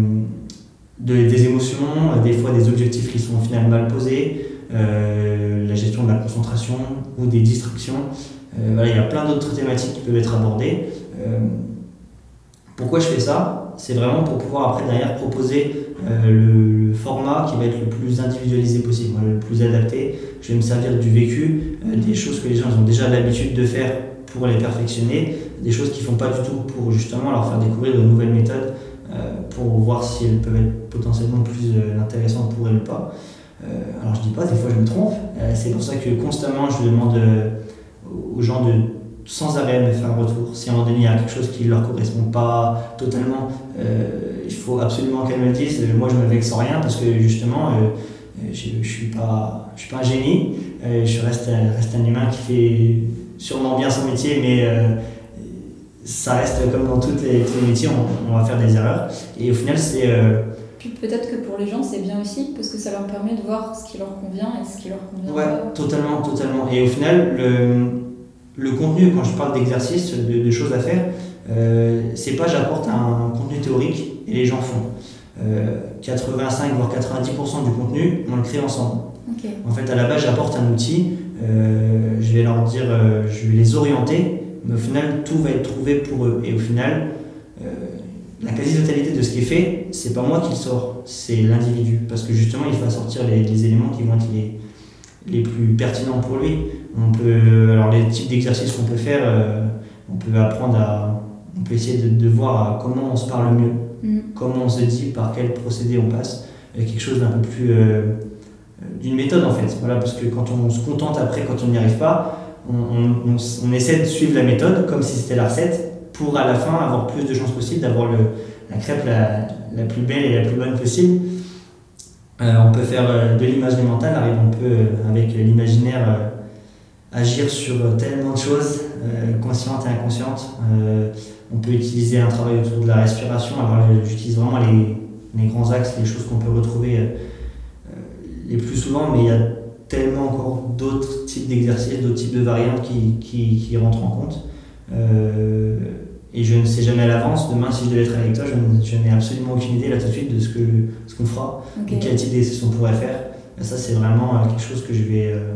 de, des émotions, euh, des fois des objectifs qui sont au final mal posés, euh, la gestion de la concentration ou des distractions. Euh, voilà, il y a plein d'autres thématiques qui peuvent être abordées. Euh, pourquoi je fais ça? C'est vraiment pour pouvoir après derrière proposer euh, le, le format qui va être le plus individualisé possible, le plus adapté. Je vais me servir du vécu, euh, des choses que les gens ont déjà l'habitude de faire pour les perfectionner, des choses qu'ils ne font pas du tout pour justement leur faire découvrir de nouvelles méthodes euh, pour voir si elles peuvent être potentiellement plus euh, intéressantes pour elles ou pas. Euh, alors je ne dis pas, des fois je me trompe, euh, c'est pour ça que constamment je demande euh, aux gens de sans arrêt me faire un retour. Si à un moment donné il y a quelque chose qui ne leur correspond pas totalement, euh, il faut absolument qu'elles me le disent. Moi je me vexe sans rien parce que justement euh, je ne suis pas, je suis pas un génie, euh, je reste, reste un humain qui fait sûrement bien son métier, mais euh, ça reste comme dans toutes les, tous les métiers, on, on va faire des erreurs. Et au final c'est... Euh, Puis peut-être que pour les gens c'est bien aussi parce que ça leur permet de voir ce qui leur convient et ce qui leur convient ouais, pas. Totalement, totalement. Et au final, le... Le contenu, quand je parle d'exercices, de, de choses à faire, euh, c'est pas j'apporte un, un contenu théorique et les gens font. Euh, quatre-vingt-cinq voire quatre-vingt-dix pour cent du contenu, on le crée ensemble. Okay. En fait, à la base, j'apporte un outil, euh, je vais leur dire, euh, je vais les orienter, mais au final, tout va être trouvé pour eux. Et au final, euh, la quasi-totalité de ce qui est fait, c'est pas moi qui le sors, c'est l'individu. Parce que justement, il faut sortir les, les éléments qui vont être les, les plus pertinents pour lui. On peut, alors les types d'exercices qu'on peut faire, euh, on peut apprendre à, on peut essayer de, de voir comment on se parle mieux, mmh. comment on se dit, par quel procédé on passe, euh, quelque chose d'un peu plus, euh, d'une méthode en fait. Voilà, parce que quand on se contente après, quand on n'y arrive pas, on, on, on, on essaie de suivre la méthode comme si c'était la recette pour à la fin avoir plus de chances possible d'avoir le, la crêpe la, la plus belle et la plus bonne possible. Euh, on peut faire euh, de l'imagerie mentale, on peut euh, avec l'imaginaire euh, agir sur tellement de choses, euh, conscientes et inconscientes. Euh, on peut utiliser un travail autour de la respiration. Alors j'utilise vraiment les, les grands axes, les choses qu'on peut retrouver euh, les plus souvent, mais il y a tellement encore d'autres types d'exercices, d'autres types de variantes qui, qui, qui rentrent en compte. Euh, et je ne sais jamais à l'avance, demain si je devais être avec toi, je, ne, je n'ai absolument aucune idée là tout de suite de ce, que, ce qu'on fera, okay. de quel type d'exercice on pourrait faire. Et ça c'est vraiment quelque chose que je vais... Euh,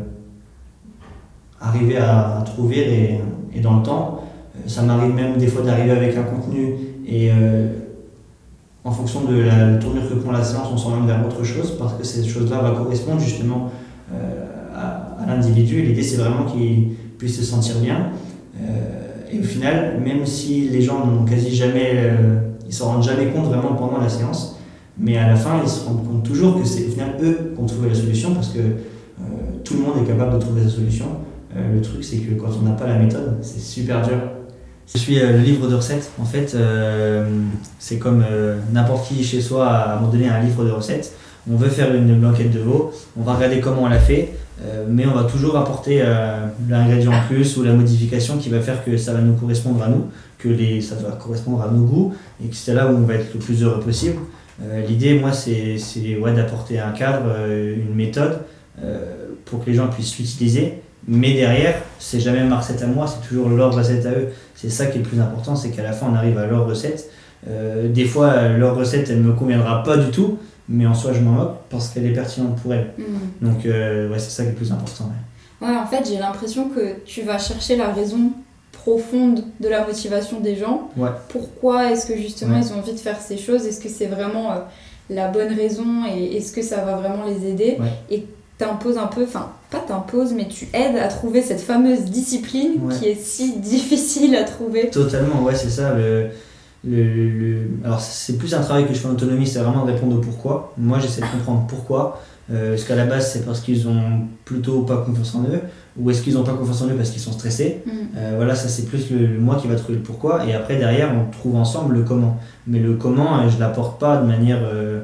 arriver à, à trouver et, et dans le temps. Ça m'arrive même des fois d'arriver avec un contenu et euh, en fonction de la, la tournure que prend la séance, on s'oriente vers autre chose parce que cette chose-là va correspondre justement euh, à, à l'individu. Et l'idée c'est vraiment qu'il puisse se sentir bien. Euh, et au final, même si les gens n'ont quasi jamais, euh, ils s'en rendent jamais compte vraiment pendant la séance, mais à la fin ils se rendent compte toujours que c'est au final eux qui ont trouvé la solution parce que euh, tout le monde est capable de trouver sa solution. Euh, le truc, c'est que quand on n'a pas la méthode, c'est super dur. Je suis euh, le livre de recettes. En fait, euh, c'est comme euh, n'importe qui chez soi à un moment donné un livre de recettes. On veut faire une blanquette de veau, on va regarder comment on l'a fait, euh, mais on va toujours apporter euh, l'ingrédient en plus ou la modification qui va faire que ça va nous correspondre à nous, que les, ça va correspondre à nos goûts et que c'est là où on va être le plus heureux possible. Euh, l'idée, moi, c'est, c'est ouais, d'apporter un cadre, euh, une méthode euh, pour que les gens puissent l'utiliser. Mais derrière, c'est jamais ma recette à moi, c'est toujours leur recette à eux. C'est ça qui est le plus important, c'est qu'à la fin, on arrive à leur recette Euh, des fois, euh, leur recette, elle me conviendra pas du tout, mais en soi, je m'en moque parce qu'elle est pertinente pour elle. Mmh. Donc, euh, ouais, c'est ça qui est le plus important. Ouais, ouais en fait, j'ai l'impression que tu vas chercher la raison profonde de la motivation des gens. Ouais. Pourquoi est-ce que justement ouais. ils ont envie de faire ces choses? Est-ce que c'est vraiment euh, la bonne raison et est-ce que ça va vraiment les aider? Ouais. Et t'imposes un peu, enfin pas t'imposes, mais tu aides à trouver cette fameuse discipline ouais. qui est si difficile à trouver. Totalement, ouais, c'est ça. Le, le, le... Alors c'est plus un travail que je fais en autonomie, c'est vraiment de répondre au pourquoi. Moi j'essaie de comprendre pourquoi. Euh, est-ce qu'à la base c'est parce qu'ils ont plutôt pas confiance en eux ou est-ce qu'ils ont pas confiance en eux parce qu'ils sont stressés. mmh. euh, Voilà, ça c'est plus le, le moi qui va trouver le pourquoi et après derrière on trouve ensemble le comment. Mais le comment je l'apporte pas de manière euh,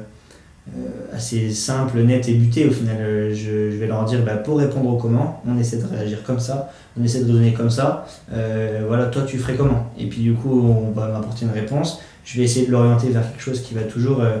euh, assez simple, nette et butée au final. Euh, je, je vais leur dire bah, pour répondre au comment on essaie de réagir comme ça, on essaie de donner comme ça, euh, voilà toi tu ferais comment et puis du coup on va m'apporter une réponse, je vais essayer de l'orienter vers quelque chose qui va toujours euh,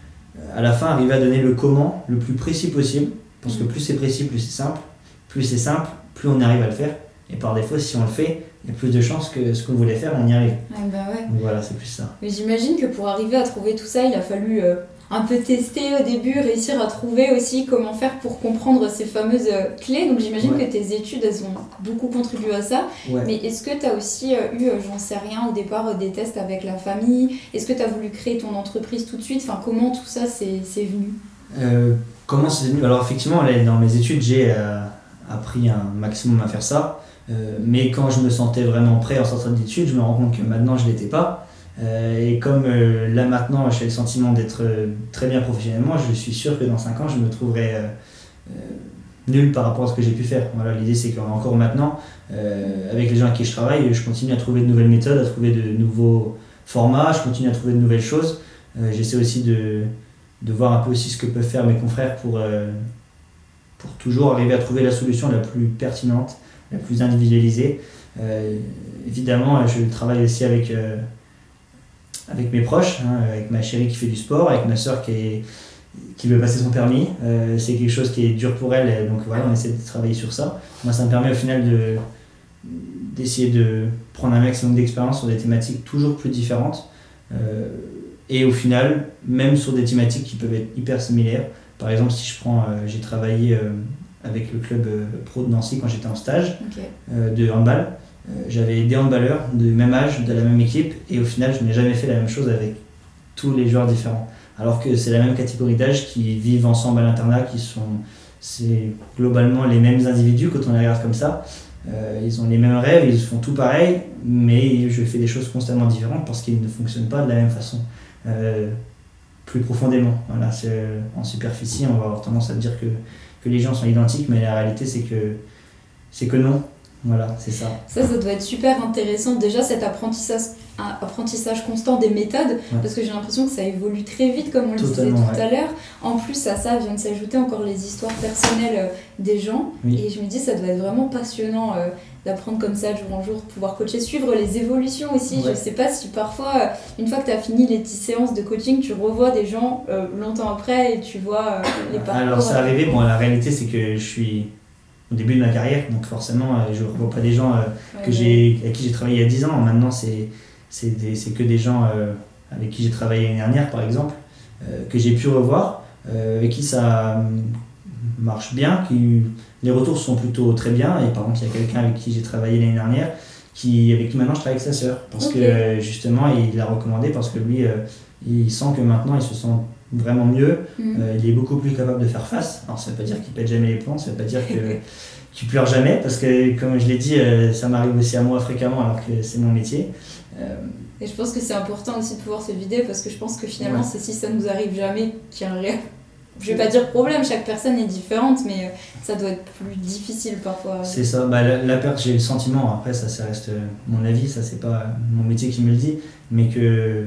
à la fin arriver à donner le comment le plus précis possible parce que plus c'est précis plus c'est simple, plus c'est simple plus on arrive à le faire et par défaut si on le fait il y a plus de chances que ce qu'on voulait faire on y arrive. Ah bah ouais. Donc voilà c'est plus ça. Mais j'imagine que pour arriver à trouver tout ça il a fallu euh, un peu tester au début, réussir à trouver aussi comment faire pour comprendre ces fameuses euh, clés. Donc j'imagine ouais. que tes études elles ont beaucoup contribué à ça. Ouais. Mais est-ce que tu as aussi euh, eu, euh, j'en sais rien, au départ euh, des tests avec la famille? Est-ce que tu as voulu créer ton entreprise tout de suite? Enfin comment tout ça c'est, c'est venu? euh, Comment c'est venu? Alors effectivement là, dans mes études j'ai euh, appris un maximum à faire ça. Euh, mais quand je me sentais vraiment prêt en sortant d'études, je me rends compte que maintenant je l'étais pas. Euh, et comme euh, là maintenant j'ai le sentiment d'être euh, très bien professionnellement, je suis sûr que dans cinq ans je me trouverai euh, euh, nul par rapport à ce que j'ai pu faire. Voilà, l'idée c'est qu'encore maintenant, euh, avec les gens avec qui je travaille, je continue à trouver de nouvelles méthodes, à trouver de nouveaux formats, je continue à trouver de nouvelles choses. Euh, j'essaie aussi de, de voir un peu aussi ce que peuvent faire mes confrères pour, euh, pour toujours arriver à trouver la solution la plus pertinente, la plus individualisée. Euh, évidemment, je travaille aussi avec... Euh, avec mes proches, hein, avec ma chérie qui fait du sport, avec ma soeur qui, est, qui veut passer son permis. Euh, c'est quelque chose qui est dur pour elle, et donc voilà, on essaie de travailler sur ça. Moi, ça me permet au final de, d'essayer de prendre un maximum d'expérience sur des thématiques toujours plus différentes. Euh, et au final, même sur des thématiques qui peuvent être hyper similaires. Par exemple, si je prends, euh, j'ai travaillé euh, avec le club euh, pro de Nancy quand j'étais en stage okay. euh, de handball. Euh, j'avais des handballeurs de même âge, de la même équipe, et au final, je n'ai jamais fait la même chose avec tous les joueurs différents. Alors que c'est la même catégorie d'âge qui vivent ensemble à l'internat, qui sont c'est globalement les mêmes individus quand on les regarde comme ça. Euh, ils ont les mêmes rêves, ils font tout pareil, mais je fais des choses constamment différentes parce qu'ils ne fonctionnent pas de la même façon. Euh, plus profondément. Voilà, c'est, en superficie, on va avoir tendance à dire que, que les gens sont identiques, mais la réalité, c'est que, c'est que non. Voilà, c'est ça. Ça, ça doit être super intéressant. Déjà, cet apprentissage, apprentissage constant des méthodes, ouais. parce que j'ai l'impression que ça évolue très vite, comme on le Totalement, disait tout ouais. à l'heure. En plus, à ça viennent s'ajouter encore les histoires personnelles des gens. Oui. Et je me dis, ça doit être vraiment passionnant euh, d'apprendre comme ça, de jour en jour, de pouvoir coacher, suivre les évolutions aussi. Ouais. Je sais pas si parfois, une fois que tu as fini les petites séances de coaching, tu revois des gens euh, longtemps après et tu vois euh, les parcours. Alors, c'est arrivé. Bon, la réalité, c'est que je suis au début de ma carrière, donc forcément euh, je ne revois pas des gens euh, ouais, que ouais. j'ai, avec qui j'ai travaillé il y a dix ans. Maintenant c'est, c'est, des, c'est que des gens euh, avec qui j'ai travaillé l'année dernière par exemple, euh, que j'ai pu revoir, euh, avec qui ça marche bien, qui, les retours sont plutôt très bien. Et par exemple il y a quelqu'un avec qui j'ai travaillé l'année dernière, qui, avec qui maintenant je travaille avec sa sœur, parce okay. que justement il l'a recommandé, parce que lui euh, il sent que maintenant il se sent vraiment mieux, mmh. euh, il est beaucoup plus capable de faire face. Alors ça veut pas dire qu'il pète jamais les plombs, ça veut pas dire que, qu'il pleure jamais, parce que comme je l'ai dit, euh, ça m'arrive aussi à moi fréquemment alors que c'est mon métier. Euh... Et je pense que c'est important aussi de pouvoir se vider, parce que je pense que finalement ouais. c'est si ça nous arrive jamais qu'il y a un réel, je vais pas dire problème, chaque personne est différente, mais ça doit être plus difficile parfois. C'est ça, bah, la, la perte, j'ai le sentiment, après ça, ça reste mon avis, ça c'est pas mon métier qui me le dit, mais que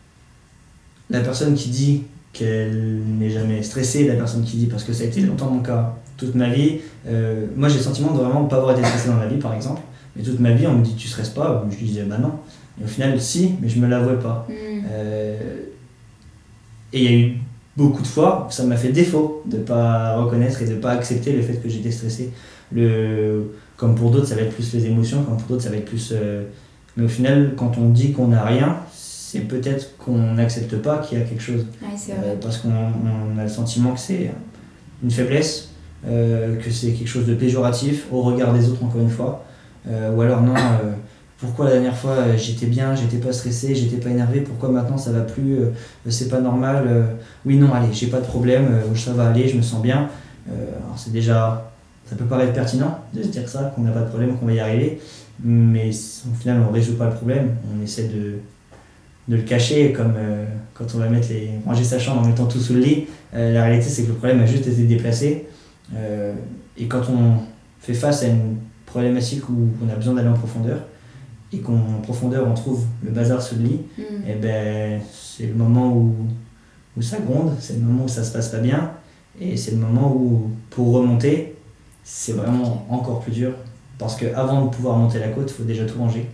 la personne qui dit qu'elle n'est jamais stressée, la personne qui dit, parce que ça a été longtemps mon cas, toute ma vie, euh, moi j'ai le sentiment de vraiment ne pas avoir été stressé dans ma vie par exemple, mais toute ma vie on me dit tu stresses pas, je disais bah non, et au final si, mais je me l'avouais pas. Mm. Euh, et il y a eu beaucoup de fois où ça m'a fait défaut de ne pas reconnaître et de ne pas accepter le fait que j'étais stressé. Le, comme pour d'autres ça va être plus les émotions, comme pour d'autres ça va être plus... Euh, mais au final quand on dit qu'on n'a rien, c'est peut-être qu'on n'accepte pas qu'il y a quelque chose. Oui, c'est vrai. Euh, parce qu'on on a le sentiment que c'est une faiblesse, euh, que c'est quelque chose de péjoratif au regard des autres, encore une fois. Euh, ou alors non, euh, pourquoi la dernière fois euh, j'étais bien, j'étais pas stressé, j'étais pas énervé, pourquoi maintenant ça va plus, euh, c'est pas normal. Euh, oui, non, allez, j'ai pas de problème, euh, ça va aller, je me sens bien. Euh, alors c'est déjà, ça peut paraître pertinent de se dire ça, qu'on n'a pas de problème, qu'on va y arriver, mais au final on résout pas le problème, on essaie de, de le cacher, comme euh, quand on va mettre les, ranger sa chambre en mettant tout sous le lit. Euh, la réalité c'est que le problème a juste été déplacé, euh, et quand on fait face à une problématique où on a besoin d'aller en profondeur, et qu'en profondeur on trouve le bazar sous le lit, mmh. et ben c'est le moment où, où ça gronde, c'est le moment où ça se passe pas bien, et c'est le moment où pour remonter c'est vraiment encore plus dur, parce qu'avant de pouvoir monter la côte il faut déjà tout ranger,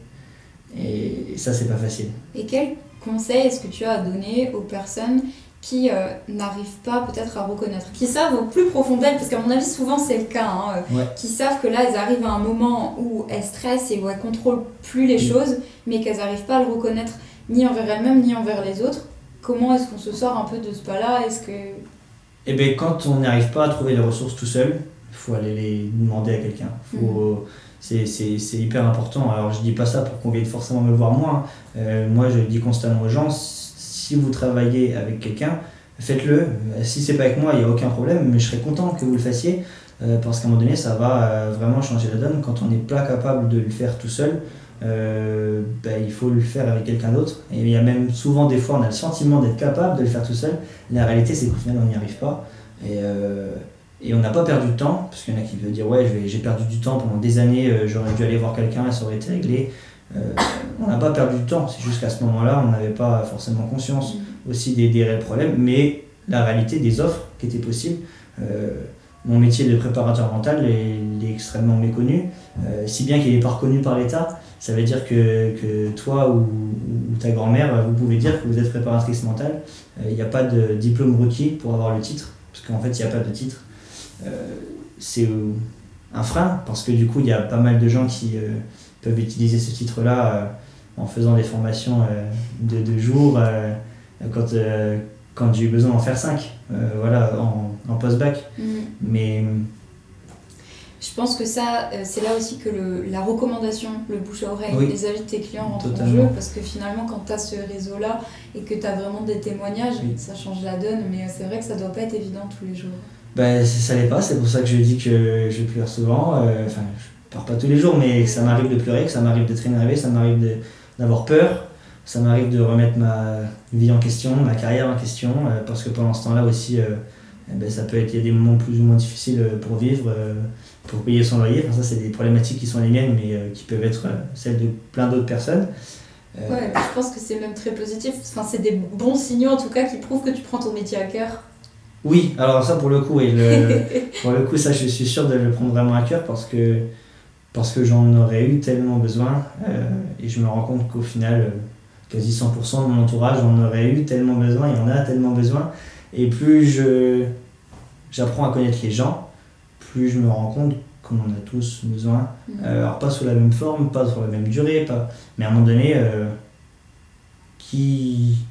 et, et ça c'est pas facile. Et quel conseil est-ce que tu as à donner aux personnes qui euh, n'arrivent pas peut-être à reconnaître, qui savent au plus profond d'elles, parce qu'à mon avis souvent c'est le cas, hein, euh, ouais. qui savent que là elles arrivent à un moment où elles stressent et où elles contrôlent plus les oui. choses, mais qu'elles n'arrivent pas à le reconnaître ni envers elles-mêmes ni envers les autres. Comment est-ce qu'on se sort un peu de ce pas-là? Est-ce que... Eh bien, quand on n'arrive pas à trouver les ressources tout seul, il faut aller les demander à quelqu'un. Faut... Mmh. C'est, c'est, c'est hyper important. Alors je dis pas ça pour qu'on vienne forcément me voir moi. Euh, moi je dis constamment aux gens, si vous travaillez avec quelqu'un, faites-le. Si c'est pas avec moi, il n'y a aucun problème, mais je serais content que vous le fassiez, euh, parce qu'à un moment donné, ça va euh, vraiment changer la donne. Quand on n'est pas capable de le faire tout seul, euh, ben, il faut le faire avec quelqu'un d'autre. Et il y a même souvent des fois, on a le sentiment d'être capable de le faire tout seul. La réalité, c'est qu'au final, on n'y arrive pas. Et, euh, et on n'a pas perdu de temps, parce qu'il y en a qui veulent dire, ouais, j'ai perdu du temps pendant des années, euh, j'aurais dû aller voir quelqu'un et ça aurait été réglé. Euh, on n'a pas perdu de temps, c'est juste qu'à ce moment-là, on n'avait pas forcément conscience aussi des, des réels problèmes, mais la réalité des offres qui étaient possibles. Euh, mon métier de préparateur mental est, est extrêmement méconnu, euh, si bien qu'il n'est pas reconnu par l'État. Ça veut dire que, que toi ou, ou ta grand-mère, vous pouvez dire que vous êtes préparatrice mentale. Il n'y a pas de diplôme requis pour avoir le titre, parce qu'en fait, il n'y a pas de titre. Euh, c'est un frein, parce que du coup, il y a pas mal de gens qui euh, peuvent utiliser ce titre-là euh, en faisant des formations euh, de deux jours, euh, quand, euh, quand j'ai eu besoin d'en faire cinq, euh, voilà, en, en post-bac. Mmh. Mais... Je pense que ça, c'est là aussi que le, la recommandation, le bouche à oreille, oui, les avis de tes clients rentrent en jeu, parce que finalement, quand tu as ce réseau-là et que tu as vraiment des témoignages, oui, ça change la donne, mais c'est vrai que ça doit pas être évident tous les jours. Ben, ça l'est pas, c'est pour ça que je dis que je pleure souvent. Euh, enfin, je pleure pas tous les jours, mais ça m'arrive de pleurer, que ça m'arrive d'être énervé, ça m'arrive d'avoir peur, ça m'arrive de remettre ma vie en question, ma carrière en question, euh, parce que pendant ce temps-là aussi, euh, eh ben, ça peut être, il y a des moments plus ou moins difficiles pour vivre, euh, pour payer son loyer. Enfin, ça, c'est des problématiques qui sont les miennes, mais euh, qui peuvent être euh, celles de plein d'autres personnes. Euh... Ouais, je pense que c'est même très positif. Enfin, c'est des bons signaux en tout cas qui prouvent que tu prends ton métier à cœur. Oui, alors ça pour le coup, et le, pour le coup, ça je suis sûr de le prendre vraiment à cœur parce que, parce que j'en aurais eu tellement besoin, euh, et je me rends compte qu'au final, euh, quasi cent pour cent de mon entourage en aurait eu tellement besoin, il y en a tellement besoin, et plus je, j'apprends à connaître les gens, plus je me rends compte qu'on en a tous besoin, mmh. euh, alors pas sous la même forme, pas sur la même durée, pas, mais à un moment donné, euh, qui...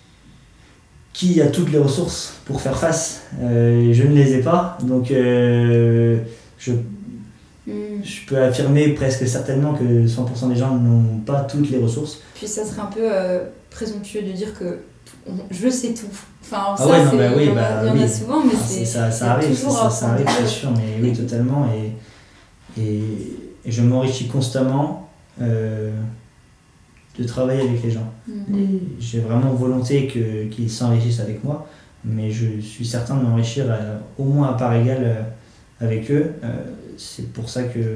qui a toutes les ressources pour faire face. Euh, je ne les ai pas, donc euh, je, mm. je peux affirmer presque certainement que cent pour cent des gens n'ont pas toutes les ressources. Puis ça serait un peu euh, présomptueux de dire que je sais tout. Enfin, ah ça, ouais, non, bah, il oui, y en a, bah, il y en oui. a souvent, mais ah, c'est ça, ça arrive, toujours ça, ça arrive, c'est sûr, mais oui, totalement. Et, et, et je m'enrichis constamment euh, de travailler avec les gens. Mmh. Et j'ai vraiment volonté que, qu'ils s'enrichissent avec moi, mais je suis certain de m'enrichir à, au moins à part égale euh, avec eux. Euh, c'est pour ça que,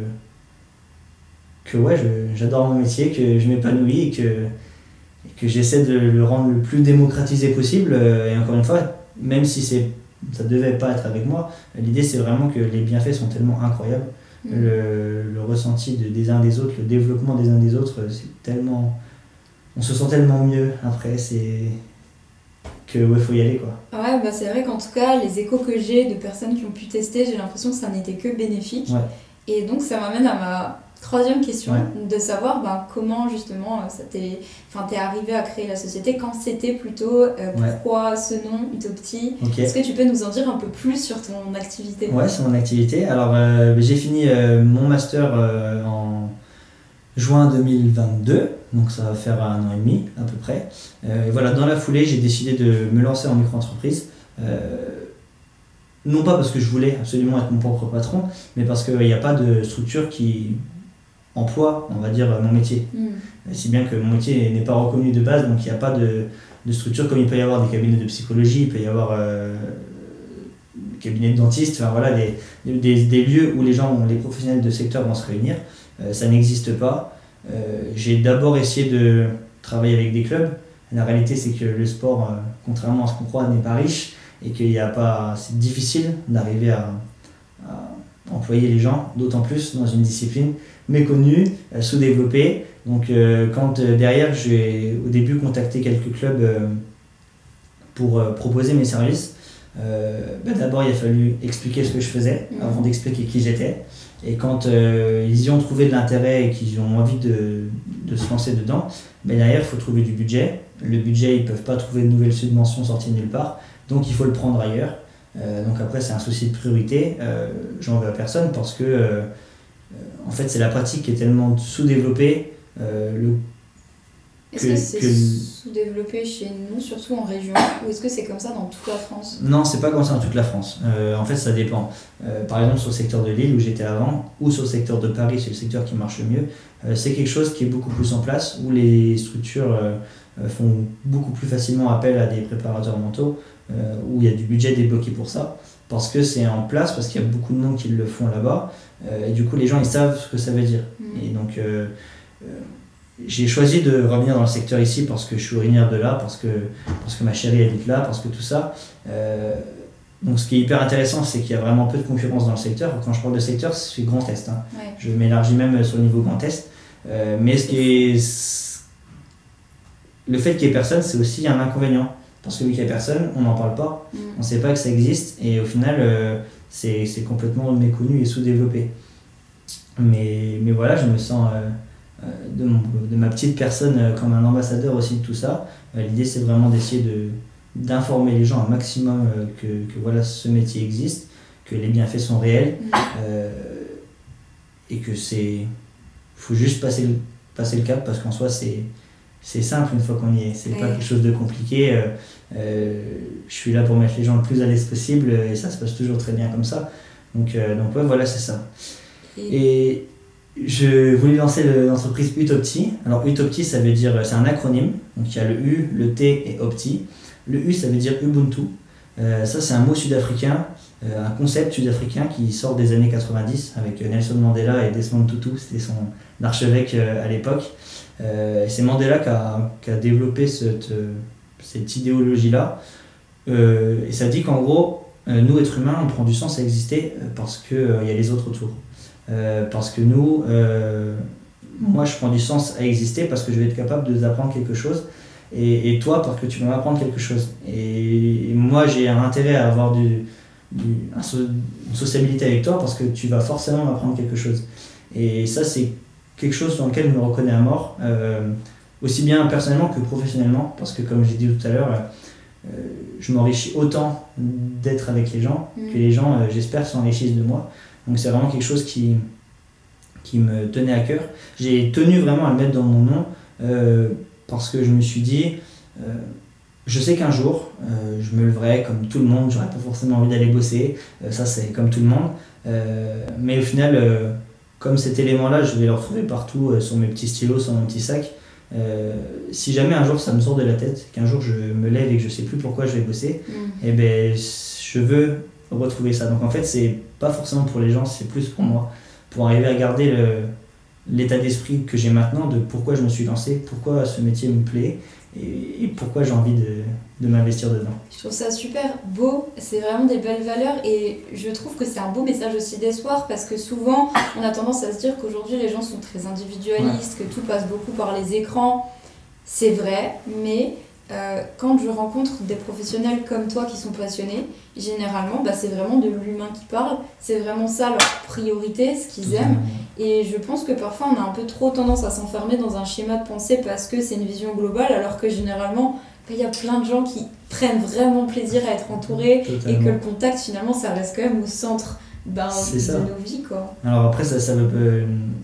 que ouais, je, j'adore mon métier, que je m'épanouis et que, et que j'essaie de le rendre le plus démocratisé possible. Euh, et encore une fois, même si c'est, ça ne devait pas être avec moi, l'idée c'est vraiment que les bienfaits sont tellement incroyables. Mmh. Le, le ressenti de, des uns des autres, le développement des uns des autres, c'est tellement... On se sent tellement mieux après, c'est que ouais, faut y aller quoi. Ouais, bah c'est vrai qu'en tout cas, les échos que j'ai de personnes qui ont pu tester, j'ai l'impression que ça n'était que bénéfique. Ouais. Et donc ça m'amène à ma Troisième question, Ouais. de savoir ben, comment justement ça t'est, enfin, t'es arrivé à créer la société, quand c'était plutôt, euh, pourquoi ouais. ce nom, Utopti. Okay. Est-ce que tu peux nous en dire un peu plus sur ton activité ? Ouais, sur mon activité. Alors euh, j'ai fini euh, mon master euh, en juin deux mille vingt-deux, donc ça va faire un an et demi à peu près. Euh, et voilà, dans la foulée, j'ai décidé de me lancer en micro-entreprise. Euh, non pas parce que je voulais absolument être mon propre patron, mais parce qu'il n'y a pas de structure qui emploie, on va dire, mon métier. Mm. Si bien que mon métier n'est pas reconnu de base, donc il n'y a pas de, de structure comme il peut y avoir des cabinets de psychologie, il peut y avoir euh, des cabinets de dentistes, enfin voilà, des, des, des lieux où les gens, les professionnels de secteur vont se réunir. Euh, ça n'existe pas. Euh, j'ai d'abord essayé de travailler avec des clubs. La réalité, c'est que le sport, euh, contrairement à ce qu'on croit, n'est pas riche et qu'il y a pas, c'est difficile d'arriver à, à employer les gens, d'autant plus dans une discipline méconnue, euh, sous-développée. Donc euh, quand euh, derrière j'ai au début contacté quelques clubs euh, pour euh, proposer mes services, euh, bah, d'abord il a fallu expliquer ce que je faisais mmh. avant d'expliquer qui j'étais. Et quand euh, ils y ont trouvé de l'intérêt et qu'ils ont envie de, de se lancer dedans, bah, derrière il faut trouver du budget. Le budget, ils ne peuvent pas trouver de nouvelles subventions sorties nulle part, donc il faut le prendre ailleurs. Euh, donc après c'est un souci de priorité, euh, j'en veux à personne parce que euh, en fait c'est la pratique qui est tellement sous-développée. Euh, le... Est-ce que, que c'est que... sous-développé chez nous, surtout en région, ou est-ce que c'est comme ça dans toute la France ? Non, c'est pas comme ça dans toute la France. Euh, en fait ça dépend. Euh, par exemple sur le secteur de Lille où j'étais avant, ou sur le secteur de Paris, c'est le secteur qui marche le mieux, euh, c'est quelque chose qui est beaucoup plus en place, où les structures euh, font beaucoup plus facilement appel à des préparateurs mentaux, euh, où il y a du budget débloqué pour ça, parce que c'est en place, parce qu'il y a beaucoup de noms qui le font là-bas, euh, et du coup les gens ils savent ce que ça veut dire. Mmh. Et donc euh, euh, j'ai choisi de revenir dans le secteur ici parce que je suis originaire de là, parce que, parce que ma chérie habite là, parce que tout ça. Euh, donc ce qui est hyper intéressant, c'est qu'il y a vraiment peu de concurrence dans le secteur. Quand je parle de secteur, c'est Grand Est. Hein. Ouais. Je m'élargis même sur le niveau Grand Est. Euh, mais ce qui est... le fait qu'il n'y ait personne, c'est aussi un inconvénient. Parce que vu qu'il n'y a personne, on n'en parle pas, mmh. on ne sait pas que ça existe, et au final, euh, c'est, c'est complètement méconnu et sous-développé. Mais, mais voilà, je me sens euh, de, mon, de ma petite personne euh, comme un ambassadeur aussi de tout ça. Euh, l'idée, c'est vraiment d'essayer de, d'informer les gens un maximum euh, que, que voilà, ce métier existe, que les bienfaits sont réels, mmh. euh, et que c'est... faut juste passer le, passer le cap, parce qu'en soi, c'est... c'est simple une fois qu'on y est, c'est ouais. pas quelque chose de compliqué. Euh, euh, je suis là pour mettre les gens le plus à l'aise possible et ça se passe toujours très bien comme ça. Donc, euh, donc ouais, voilà, c'est ça. Et, et je voulais lancer l'entreprise Utopti. Alors Utopti, ça veut dire, c'est un acronyme. Donc il y a le U, le T et Opti. Le U, ça veut dire Ubuntu. Euh, ça, c'est un mot sud-africain, euh, un concept sud-africain qui sort des années quatre-vingt-dix avec Nelson Mandela et Desmond Tutu, c'était son archevêque euh, à l'époque. Euh, c'est Mandela qui a, qui a développé cette, cette idéologie-là. Euh, et ça dit qu'en gros, euh, nous, êtres humains, on prend du sens à exister parce qu'il euh, y a les autres autour. Euh, parce que nous, euh, moi, je prends du sens à exister parce que je vais être capable de vous apprendre quelque chose. Et, et toi, parce que tu vas m'apprendre quelque chose. Et, et moi, j'ai un intérêt à avoir du, du, un, une sociabilité avec toi parce que tu vas forcément m'apprendre quelque chose. Et ça, c'est quelque chose dans lequel je me reconnais à mort, euh, aussi bien personnellement que professionnellement, parce que comme j'ai dit tout à l'heure, euh, je m'enrichis autant d'être avec les gens, mmh. que les gens, euh, j'espère, s'enrichissent de moi. Donc c'est vraiment quelque chose qui, qui me tenait à cœur. J'ai tenu vraiment à le mettre dans mon nom, euh, parce que je me suis dit, euh, je sais qu'un jour, euh, je me leverai comme tout le monde, j'aurais pas forcément envie d'aller bosser, euh, ça c'est comme tout le monde, euh, mais au final, euh, comme cet élément-là, je vais le retrouver partout euh, sur mes petits stylos, sur mon petit sac. Euh, si jamais un jour ça me sort de la tête, qu'un jour je me lève et que je sais plus pourquoi je vais bosser, mmh. et ben je veux retrouver ça. Donc en fait, c'est pas forcément pour les gens, c'est plus pour moi, pour arriver à garder le, l'état d'esprit que j'ai maintenant de pourquoi je me suis lancé, pourquoi ce métier me plaît et, et pourquoi j'ai envie de, de m'investir dedans. Je trouve ça super beau, c'est vraiment des belles valeurs et je trouve que c'est un beau message aussi d'espoir parce que souvent on a tendance à se dire qu'aujourd'hui les gens sont très individualistes, ouais. que tout passe beaucoup par les écrans. C'est vrai, mais euh, quand je rencontre des professionnels comme toi qui sont passionnés, généralement bah, c'est vraiment de l'humain qui parle, c'est vraiment ça leur priorité, ce qu'ils aiment. Et je pense que parfois on a un peu trop tendance à s'enfermer dans un schéma de pensée parce que c'est une vision globale, alors que généralement, il y a plein de gens qui prennent vraiment plaisir à être entourés. Totalement. Et que le contact, finalement, ça reste quand même au centre ben, de ça. nos vies, quoi. Alors après, ça, ça veut...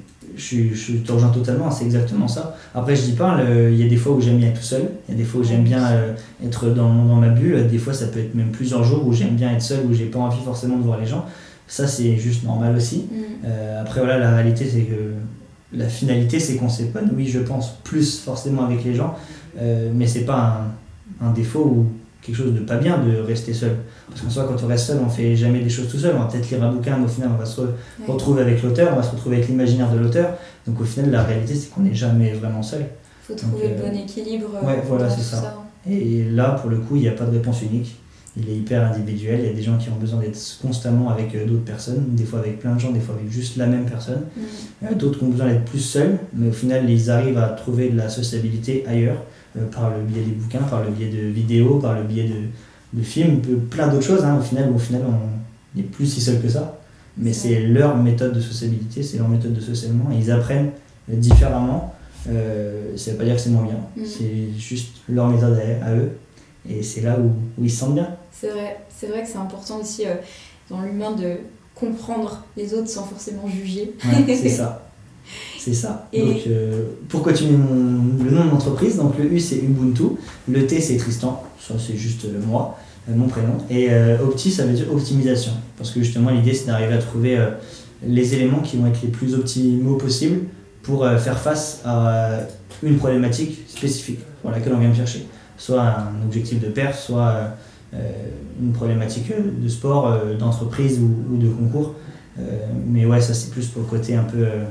Je, je te rejoins totalement, c'est exactement ça. Après, je dis pas, il y a des fois où j'aime bien être tout seul, il y a des fois où j'aime bien euh, être dans, dans ma bulle, des fois ça peut être même plusieurs jours où j'aime bien être seul, où j'ai pas envie forcément de voir les gens. Ça, c'est juste normal aussi. Mm. Euh, après, voilà, la réalité, c'est que la finalité, c'est qu'on s'épanouit, je pense, plus forcément avec les gens, euh, mais c'est pas un, un défaut ou quelque chose de pas bien de rester seul. Parce qu'en soi, quand on reste seul, on fait jamais des choses tout seul. On va peut-être lire un bouquin, mais au final, on va se re- ouais. retrouver avec l'auteur, on va se retrouver avec l'imaginaire de l'auteur. Donc au final, la réalité, c'est qu'on n'est jamais vraiment seul. Il faut trouver Donc, euh, le bon équilibre. Ouais, voilà, c'est ça. ça. Et là, pour le coup, il n'y a pas de réponse unique. Il est hyper individuel. Il y a des gens qui ont besoin d'être constamment avec d'autres personnes, des fois avec plein de gens, des fois avec juste la même personne. Mmh. Euh, d'autres qui ont besoin d'être plus seuls, mais au final, ils arrivent à trouver de la sociabilité ailleurs, euh, par le biais des bouquins, par le biais de vidéos, par le biais de, de films, plein d'autres choses. Hein. Au final, au final, on n'est plus si seul que ça. Mais c'est, c'est leur méthode de sociabilité, c'est leur méthode de socialement, et ils apprennent différemment. Euh, ça ne veut pas dire que c'est moins bien, mmh. c'est juste leur méthode à, à eux. Et c'est là où, où ils se sentent bien. C'est vrai, c'est vrai que c'est important aussi euh, dans l'humain de comprendre les autres sans forcément juger. Ouais, c'est ça. C'est ça. Et donc, euh, pour continuer mon, le nom de mon entreprise, donc le U c'est Ubuntu, le T c'est Tristan, ça c'est juste euh, moi, euh, mon prénom, et euh, Opti ça veut dire optimisation. Parce que justement l'idée c'est d'arriver à trouver euh, les éléments qui vont être les plus optimaux possibles pour euh, faire face à euh, une problématique spécifique pour laquelle on vient me chercher. Soit un objectif de perf, soit euh, une problématique de sport, euh, d'entreprise ou, ou de concours. Euh, mais ouais, ça c'est plus pour le côté un peu euh,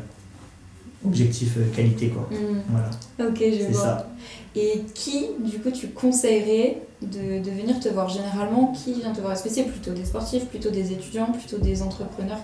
objectif euh, qualité, quoi. Mmh. Voilà. Ok, je c'est vois. Ça. Et qui, du coup, tu conseillerais de, de venir te voir? Généralement, qui vient te voir? Est-ce que c'est plutôt des sportifs, plutôt des étudiants, plutôt des entrepreneurs?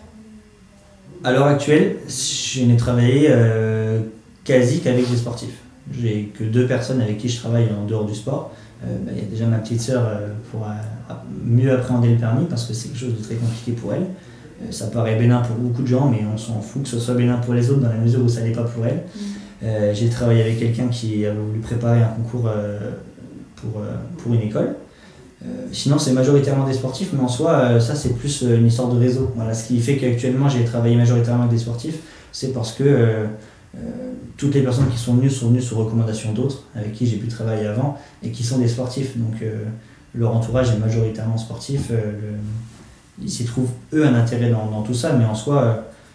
À l'heure actuelle, je n'ai travaillé euh, quasi qu'avec des sportifs. J'ai que deux personnes avec qui je travaille en dehors du sport. Il euh, bah, y a déjà ma petite sœur euh, pour euh, mieux appréhender le permis parce que c'est quelque chose de très compliqué pour elle. Euh, ça paraît bénin pour beaucoup de gens, mais on s'en fout que ce soit bénin pour les autres dans la mesure où ça n'est pas pour elle. Mmh. Euh, j'ai travaillé avec quelqu'un qui a voulu préparer un concours euh, pour, euh, pour une école. Euh, sinon, c'est majoritairement des sportifs, mais en soi, euh, ça c'est plus euh, une histoire de réseau. Voilà, ce qui fait qu'actuellement j'ai travaillé majoritairement avec des sportifs, c'est parce que euh, Euh, toutes les personnes qui sont venues sont venues sur recommandation d'autres avec qui j'ai pu travailler avant et qui sont des sportifs, donc euh, leur entourage est majoritairement sportif. Euh, le, ils s'y trouvent eux un intérêt dans, dans tout ça, mais en soi euh,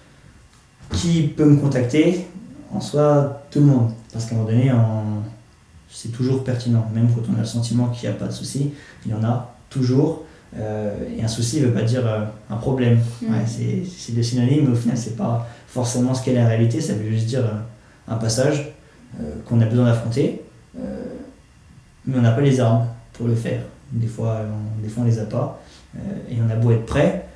qui peut me contacter? En soi tout le monde, parce qu'à un moment donné on, c'est toujours pertinent, même quand on a le sentiment qu'il n'y a pas de souci, il y en a toujours. Euh, et un souci ne veut pas dire euh, un problème. Mmh. Ouais, c'est, c'est des synonymes, mais au final, c'est pas forcément ce qu'est la réalité. Ça veut juste dire euh, un passage euh, qu'on a besoin d'affronter, euh, mais on n'a pas les armes pour le faire. Des fois, on, des fois on les a pas. Euh, et on a beau être prêt,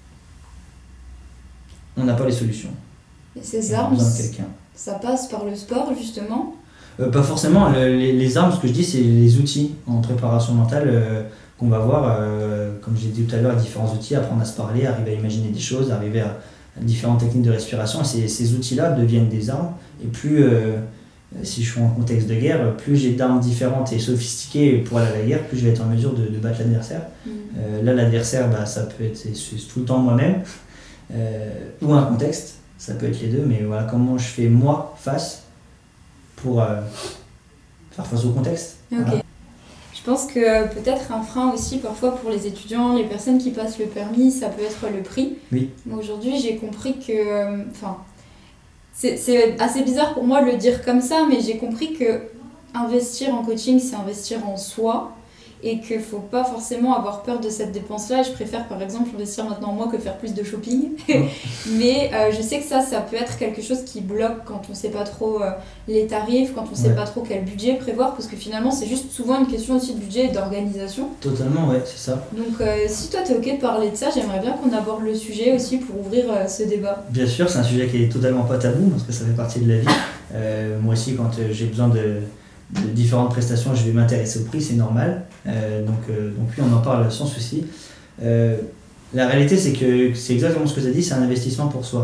on n'a pas les solutions. Et ces armes, ça passe par le sport, justement? euh, Pas forcément. Le, les, les armes, ce que je dis, c'est les outils en préparation mentale. Euh, qu'on va voir, euh, comme j'ai dit tout à l'heure, différents outils, apprendre à se parler, arriver à imaginer des choses, arriver à, à différentes techniques de respiration. Et ces, ces outils-là deviennent des armes. Et plus, euh, si je suis en contexte de guerre, plus j'ai d'armes différentes et sophistiquées pour aller à la guerre, plus je vais être en mesure de, de battre l'adversaire. Mmh. Euh, là, l'adversaire, bah, ça peut être c'est, c'est tout le temps moi-même, euh, ou un contexte, ça peut être les deux. Mais voilà, comment je fais moi face pour euh, faire face au contexte. Okay. Voilà. Je pense que euh, peut-être un frein aussi parfois pour les étudiants, les personnes qui passent le permis, ça peut être le prix. Oui. Aujourd'hui, j'ai compris que... Enfin, euh, c'est, c'est assez bizarre pour moi de le dire comme ça, mais j'ai compris que investir en coaching, c'est investir en soi et qu'il ne faut pas forcément avoir peur de cette dépense-là. Je préfère par exemple investir maintenant en moi que faire plus de shopping. Mais euh, je sais que ça, ça peut être quelque chose qui bloque quand on ne sait pas trop euh, les tarifs, quand on ne sait ouais. pas trop quel budget prévoir, parce que finalement c'est juste souvent une question aussi de budget et d'organisation. Totalement, ouais, c'est ça. Donc euh, si toi tu es ok de parler de ça, j'aimerais bien qu'on aborde le sujet aussi pour ouvrir euh, ce débat. Bien sûr, c'est un sujet qui est totalement pas tabou, parce que ça fait partie de la vie. Euh, moi aussi, quand euh, j'ai besoin de... de différentes prestations, je vais m'intéresser au prix, c'est normal. Euh, donc, euh, donc oui, on en parle sans souci. Euh, la réalité, c'est que c'est exactement ce que tu as dit, c'est un investissement pour soi.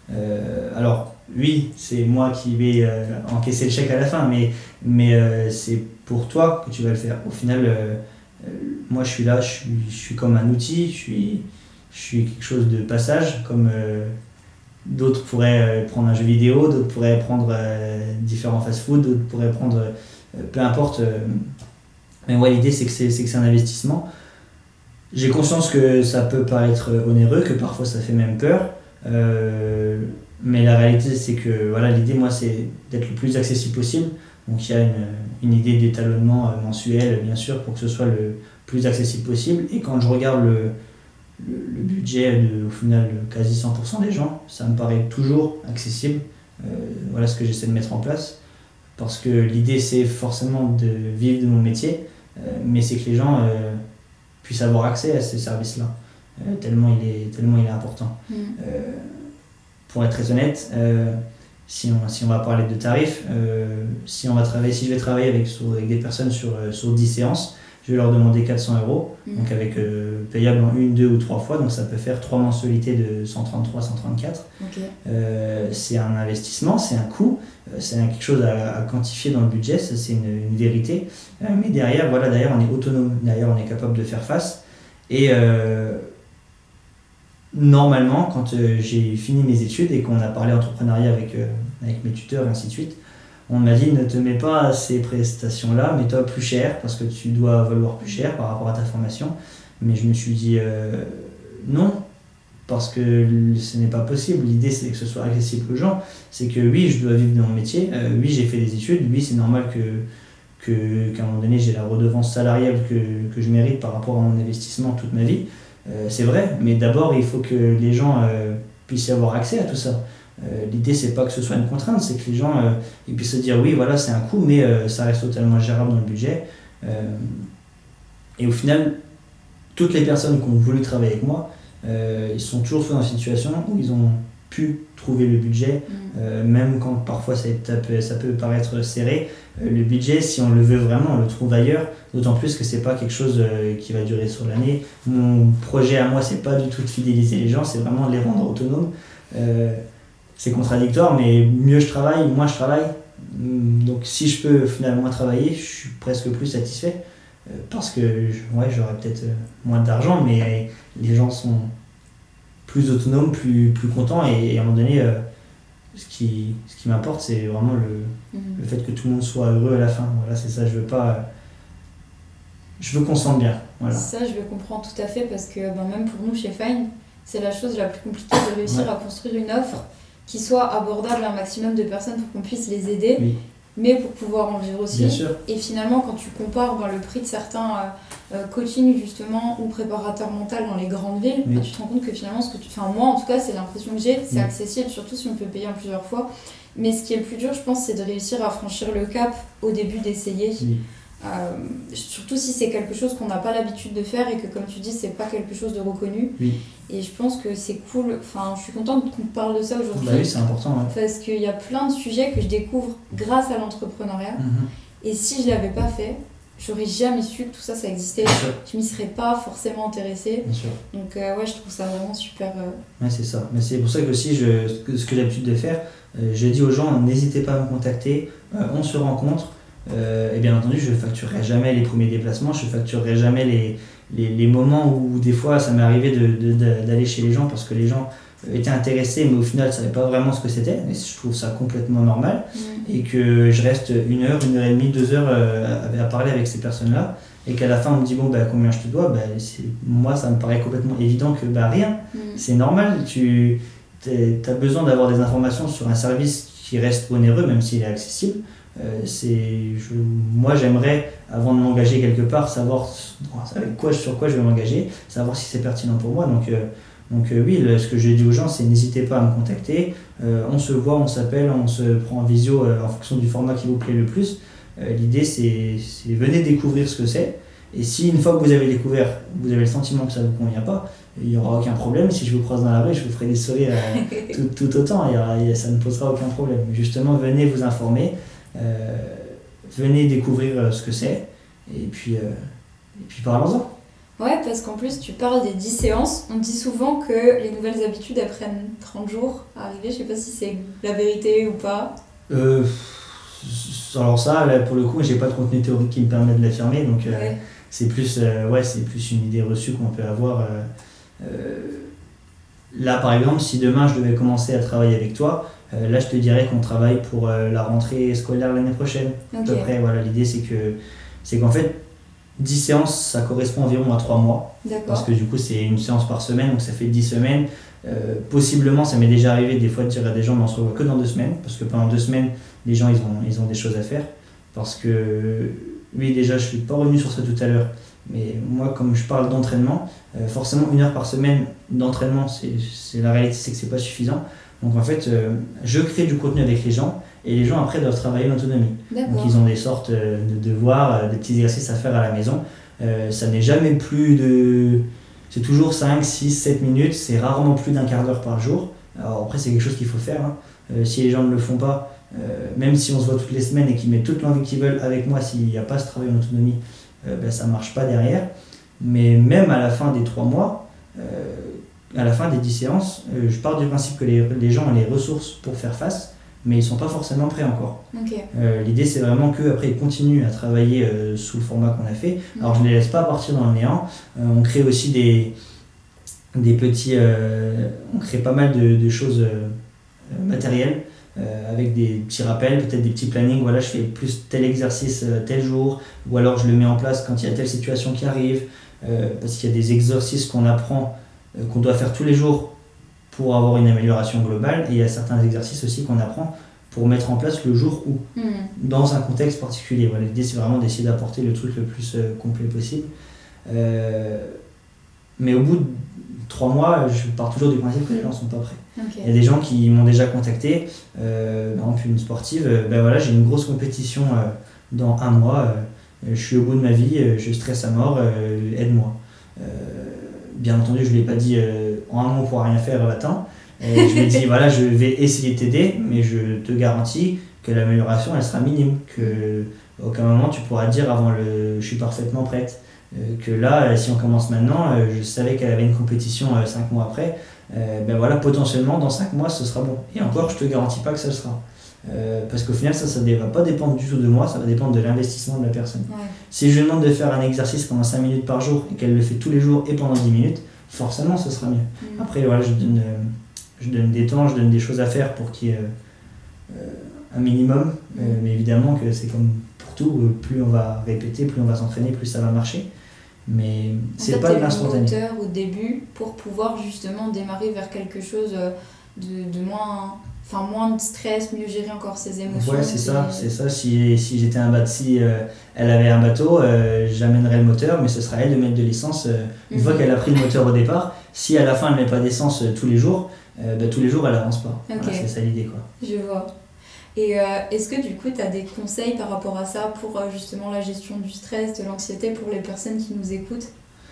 Euh, alors, oui, c'est moi qui vais euh, encaisser le chèque à la fin, mais, mais euh, c'est pour toi que tu vas le faire. Au final, euh, euh, moi je suis là, je suis, je suis comme un outil, je suis, je suis quelque chose de passage, comme euh, d'autres pourraient euh, prendre un jeu vidéo, d'autres pourraient prendre euh, différents fast-food, d'autres pourraient prendre euh, peu importe. Euh, mais ouais, l'idée c'est que c'est, c'est que c'est un investissement. J'ai conscience que ça peut paraître onéreux, que parfois ça fait même peur. Euh, mais la réalité c'est que voilà, l'idée moi c'est d'être le plus accessible possible. Donc il y a une, une idée d'étalonnement mensuel bien sûr pour que ce soit le plus accessible possible. Et quand je regarde le, le, le budget de au final quasi cent pour cent des gens, ça me paraît toujours accessible. Euh, voilà ce que j'essaie de mettre en place. Parce que l'idée c'est forcément de vivre de mon métier, euh, mais c'est que les gens euh, puissent avoir accès à ces services-là, euh, tellement, il est, tellement il est important. Mmh. Euh, pour être très honnête, euh, si, on, si on va parler de tarifs, euh, si, on va travailler, si je vais travailler avec, sur, avec des personnes sur, sur dix séances, je vais leur demander quatre cents euros, mmh. donc avec euh, payable en une, deux ou trois fois, donc ça peut faire trois mensualités de cent trente-trois, cent trente-quatre. Okay. Euh, c'est un investissement, c'est un coût, euh, c'est quelque chose à, à quantifier dans le budget, ça c'est une, une vérité, euh, mais derrière, voilà, derrière on est autonome, derrière on est capable de faire face. Et euh, normalement, quand euh, j'ai fini mes études et qu'on a parlé entrepreneuriat avec, euh, avec mes tuteurs et ainsi de suite, on m'a dit ne te mets pas à ces prestations-là, mets-toi plus cher parce que tu dois valoir plus cher par rapport à ta formation. Mais je me suis dit euh, non, parce que ce n'est pas possible. L'idée c'est que ce soit accessible aux gens. C'est que oui, je dois vivre de mon métier, euh, oui, j'ai fait des études, oui, c'est normal que, que, qu'à un moment donné j'ai la redevance salariale que, que je mérite par rapport à mon investissement toute ma vie. Euh, c'est vrai, mais d'abord il faut que les gens euh, puissent avoir accès à tout ça. Euh, l'idée c'est pas que ce soit une contrainte, c'est que les gens euh, ils puissent se dire oui voilà c'est un coût mais euh, ça reste totalement gérable dans le budget. Euh, et au final toutes les personnes qui ont voulu travailler avec moi euh, ils sont toujours dans une situation où ils ont pu trouver le budget, euh, même quand parfois ça, ça, peut, ça peut paraître serré. Euh, le budget, si on le veut vraiment, on le trouve ailleurs, d'autant plus que c'est pas quelque chose euh, qui va durer sur l'année. Mon projet à moi, c'est pas du tout de fidéliser les gens, c'est vraiment de les rendre autonomes. Euh, c'est contradictoire, mais mieux je travaille, moins je travaille. Donc si je peux finalement moins travailler, je suis presque plus satisfait, euh, parce que ouais, j'aurai peut-être moins d'argent, mais les gens sont plus autonome, plus, plus content et, et à un moment donné, euh, ce qui, ce qui m'importe, c'est vraiment le, mmh. le fait que tout le monde soit heureux à la fin. Voilà, c'est ça, je veux pas... Euh, je veux qu'on se sente bien. Voilà. Ça, je le comprends tout à fait parce que ben, même pour nous chez Fine, c'est la chose la plus compliquée de réussir ouais. à construire une offre qui soit abordable à un maximum de personnes pour qu'on puisse les aider, oui. mais pour pouvoir en vivre aussi. Bien sûr. Et finalement, quand tu compares ben, le prix de certains euh, euh, coachings justement ou préparateurs mentaux dans les grandes villes, oui. ben, tu te rends compte que finalement, ce que tu... enfin, moi en tout cas, c'est l'impression que j'ai, c'est oui. accessible, surtout si on peut payer en plusieurs fois. Mais ce qui est le plus dur, je pense, c'est de réussir à franchir le cap au début d'essayer. Oui. Euh, surtout si c'est quelque chose qu'on n'a pas l'habitude de faire et que comme tu dis c'est pas quelque chose de reconnu oui. et je pense que c'est cool, enfin je suis contente qu'on parle de ça aujourd'hui bah oui, c'est important, ouais. parce qu'il y a plein de sujets que je découvre grâce à l'entrepreneuriat mm-hmm. et si je l'avais pas fait j'aurais jamais su que tout ça ça existait, je m'y serais pas forcément intéressée. Donc euh, ouais je trouve ça vraiment super euh... ouais c'est ça, mais c'est pour ça que aussi je, ce que j'ai l'habitude de faire, euh, je dis aux gens n'hésitez pas à me contacter, euh, on se rencontre. Euh, et bien entendu je ne facturerai jamais les premiers déplacements, je ne facturerai jamais les, les, les moments où des fois ça m'est arrivé de, de, de, d'aller chez les gens parce que les gens étaient intéressés mais au final ne savaient pas vraiment ce que c'était, mais je trouve ça complètement normal mmh. et que je reste une heure, une heure et demie, deux heures euh, à, à parler avec ces personnes là et qu'à la fin on me dit bon bah combien je te dois, bah, c'est, moi ça me paraît complètement évident que bah rien, mmh. c'est normal, tu as besoin d'avoir des informations sur un service qui reste onéreux même s'il est accessible. Euh, c'est, je, moi j'aimerais avant de m'engager quelque part savoir avec quoi, sur quoi je vais m'engager, savoir si c'est pertinent pour moi, donc, euh, donc euh, oui le, ce que je dis aux gens c'est n'hésitez pas à me contacter, euh, on se voit, on s'appelle, on se prend en visio euh, en fonction du format qui vous plaît le plus. Euh, l'idée c'est, c'est venez découvrir ce que c'est et si une fois que vous avez découvert vous avez le sentiment que ça ne vous convient pas, il n'y aura aucun problème, si je vous croise dans la rue je vous ferai des sourires euh, tout, tout autant, il y aura, il y a, ça ne posera aucun problème, justement venez vous informer. Euh, venez découvrir euh, ce que c'est et puis, euh, et puis parlons-en. Ouais, parce qu'en plus, tu parles des dix séances. On dit souvent que les nouvelles habitudes elles prennent trente jours à arriver. Je sais pas si c'est la vérité ou pas. Euh, alors ça, là, pour le coup, j'ai pas de contenu théorique qui me permet de l'affirmer, donc euh, Ouais. c'est plus, euh, ouais, c'est plus une idée reçue qu'on peut avoir. Euh, euh, là, par exemple, si demain je devais commencer à travailler avec toi, euh, là, je te dirais qu'on travaille pour euh, la rentrée scolaire l'année prochaine. Ok. À peu près, voilà, l'idée c'est que, c'est qu'en fait, dix séances, ça correspond environ à trois mois. D'accord. Parce que du coup, c'est une séance par semaine, donc ça fait dix semaines. Euh, possiblement, ça m'est déjà arrivé des fois de dire à des gens, mais on se revoit que dans deux semaines, parce que pendant deux semaines, les gens, ils ont, ils ont des choses à faire. Parce que, oui, déjà, je suis pas revenu sur ça tout à l'heure, mais moi, comme je parle d'entraînement, euh, forcément, une heure par semaine d'entraînement, c'est, c'est la réalité, c'est que c'est pas suffisant. Donc en fait, euh, je crée du contenu avec les gens, et les gens après doivent travailler en autonomie. D'accord. Donc ils ont des sortes de devoirs, euh, des petits exercices à faire à la maison. Euh, ça n'est jamais plus de... C'est toujours cinq, six, sept minutes, c'est rarement plus d'un quart d'heure par jour. Alors après, c'est quelque chose qu'il faut faire. Hein. Euh, si les gens ne le font pas, euh, même si on se voit toutes les semaines et qu'ils mettent toute l'envie qu'ils veulent avec moi, s'il n'y a pas ce travail en autonomie, euh, ben, ça ne marche pas derrière. Mais même à la fin des trois mois, euh, à la fin des dix séances, euh, je pars du principe que les, les gens ont les ressources pour faire face, mais ils ne sont pas forcément prêts encore. Ok. Euh, l'idée, c'est vraiment qu'après, ils continuent à travailler euh, sous le format qu'on a fait. Alors, je ne les laisse pas partir dans le néant. Euh, on crée aussi des, des petits... Euh, on crée pas mal de, de choses euh, matérielles, euh, avec des petits rappels, peut-être des petits plannings. Voilà, je fais plus tel exercice euh, tel jour, ou alors je le mets en place quand il y a telle situation qui arrive, euh, parce qu'il y a des exercices qu'on apprend, euh, qu'on doit faire tous les jours pour avoir une amélioration globale, et il y a certains exercices aussi qu'on apprend pour mettre en place le jour où, Mmh. dans un contexte particulier. Voilà, l'idée, c'est vraiment d'essayer d'apporter le truc le plus euh, complet possible. Euh, mais au bout de trois mois, je pars toujours du principe que les gens ne sont pas prêts. Ok. Il y a des gens qui m'ont déjà contacté, euh, par exemple une sportive, euh, ben voilà, j'ai une grosse compétition euh, dans un mois, euh, je suis au bout de ma vie, euh, je stresse à mort, euh, aide-moi. Euh, bien entendu, je ne lui ai pas dit euh, en un mois on ne pourra rien faire, attends. Et je lui ai dit, voilà, je vais essayer de t'aider, mais je te garantis que l'amélioration, elle sera minime. Que aucun moment tu pourras dire avant le je suis parfaitement prête. Euh, que là, si on commence maintenant, euh, je savais qu'elle avait une compétition euh, cinq mois après. Euh, ben voilà, potentiellement, dans cinq mois, ce sera bon. Et encore, je te garantis pas que ça le sera. Euh, parce qu'au final, ça, ça ne va pas dépendre du tout de moi, ça va dépendre de l'investissement de la personne. Ouais. Si je lui demande de faire un exercice pendant cinq minutes par jour et qu'elle le fait tous les jours et pendant dix minutes, forcément, ce sera mieux. Mmh. Après, voilà, je donne, euh, je donne des temps, je donne des choses à faire pour qu'il y ait euh, euh, un minimum. Euh, mais évidemment que c'est comme pour tout, euh, plus on va répéter, plus on va s'entraîner, plus ça va marcher. Mais c'est en fait, pas de t'es le l'instantané. moteur au début pour pouvoir justement démarrer vers quelque chose de, de moins... Enfin, moins de stress, mieux gérer encore ses émotions. Ouais, c'est ça, et- c'est ça. Si, si j'étais un bateau, si euh, elle avait un bateau, euh, j'amènerais le moteur, mais ce sera elle de mettre de l'essence euh, une Mhm. fois qu'elle a pris le moteur au départ. Si à la fin elle ne met pas d'essence euh, tous les jours, euh, bah, tous les jours elle avance pas. Ok. Voilà, c'est ça l'idée, quoi. Je vois. Et euh, est-ce que du coup, tu as des conseils par rapport à ça pour euh, justement la gestion du stress, de l'anxiété pour les personnes qui nous écoutent?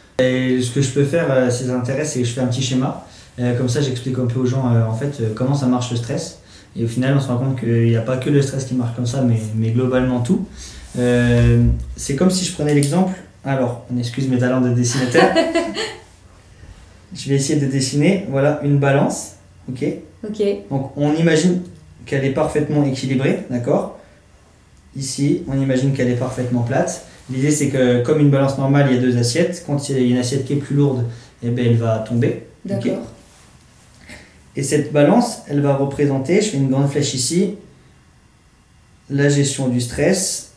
Et ce que je peux faire, euh, si ça t'intéresse, c'est que je fais un petit schéma. Euh, comme ça, j'explique un peu aux gens euh, en fait euh, comment ça marche le stress. Et au final, on se rend compte qu'il n'y a pas que le stress qui marche comme ça, mais, mais globalement tout. Euh, c'est comme si je prenais l'exemple. Alors, on excuse mes talents de dessinateur. Je vais essayer de dessiner. Voilà, une balance. Ok. Ok. Donc, on imagine qu'elle est parfaitement équilibrée, d'accord? Ici, on imagine qu'elle est parfaitement plate. L'idée, c'est que comme une balance normale, il y a deux assiettes. Quand il y a une assiette qui est plus lourde, eh ben, elle va tomber. D'accord. Ok. Et cette balance, elle va représenter, je fais une grande flèche ici, la gestion du stress.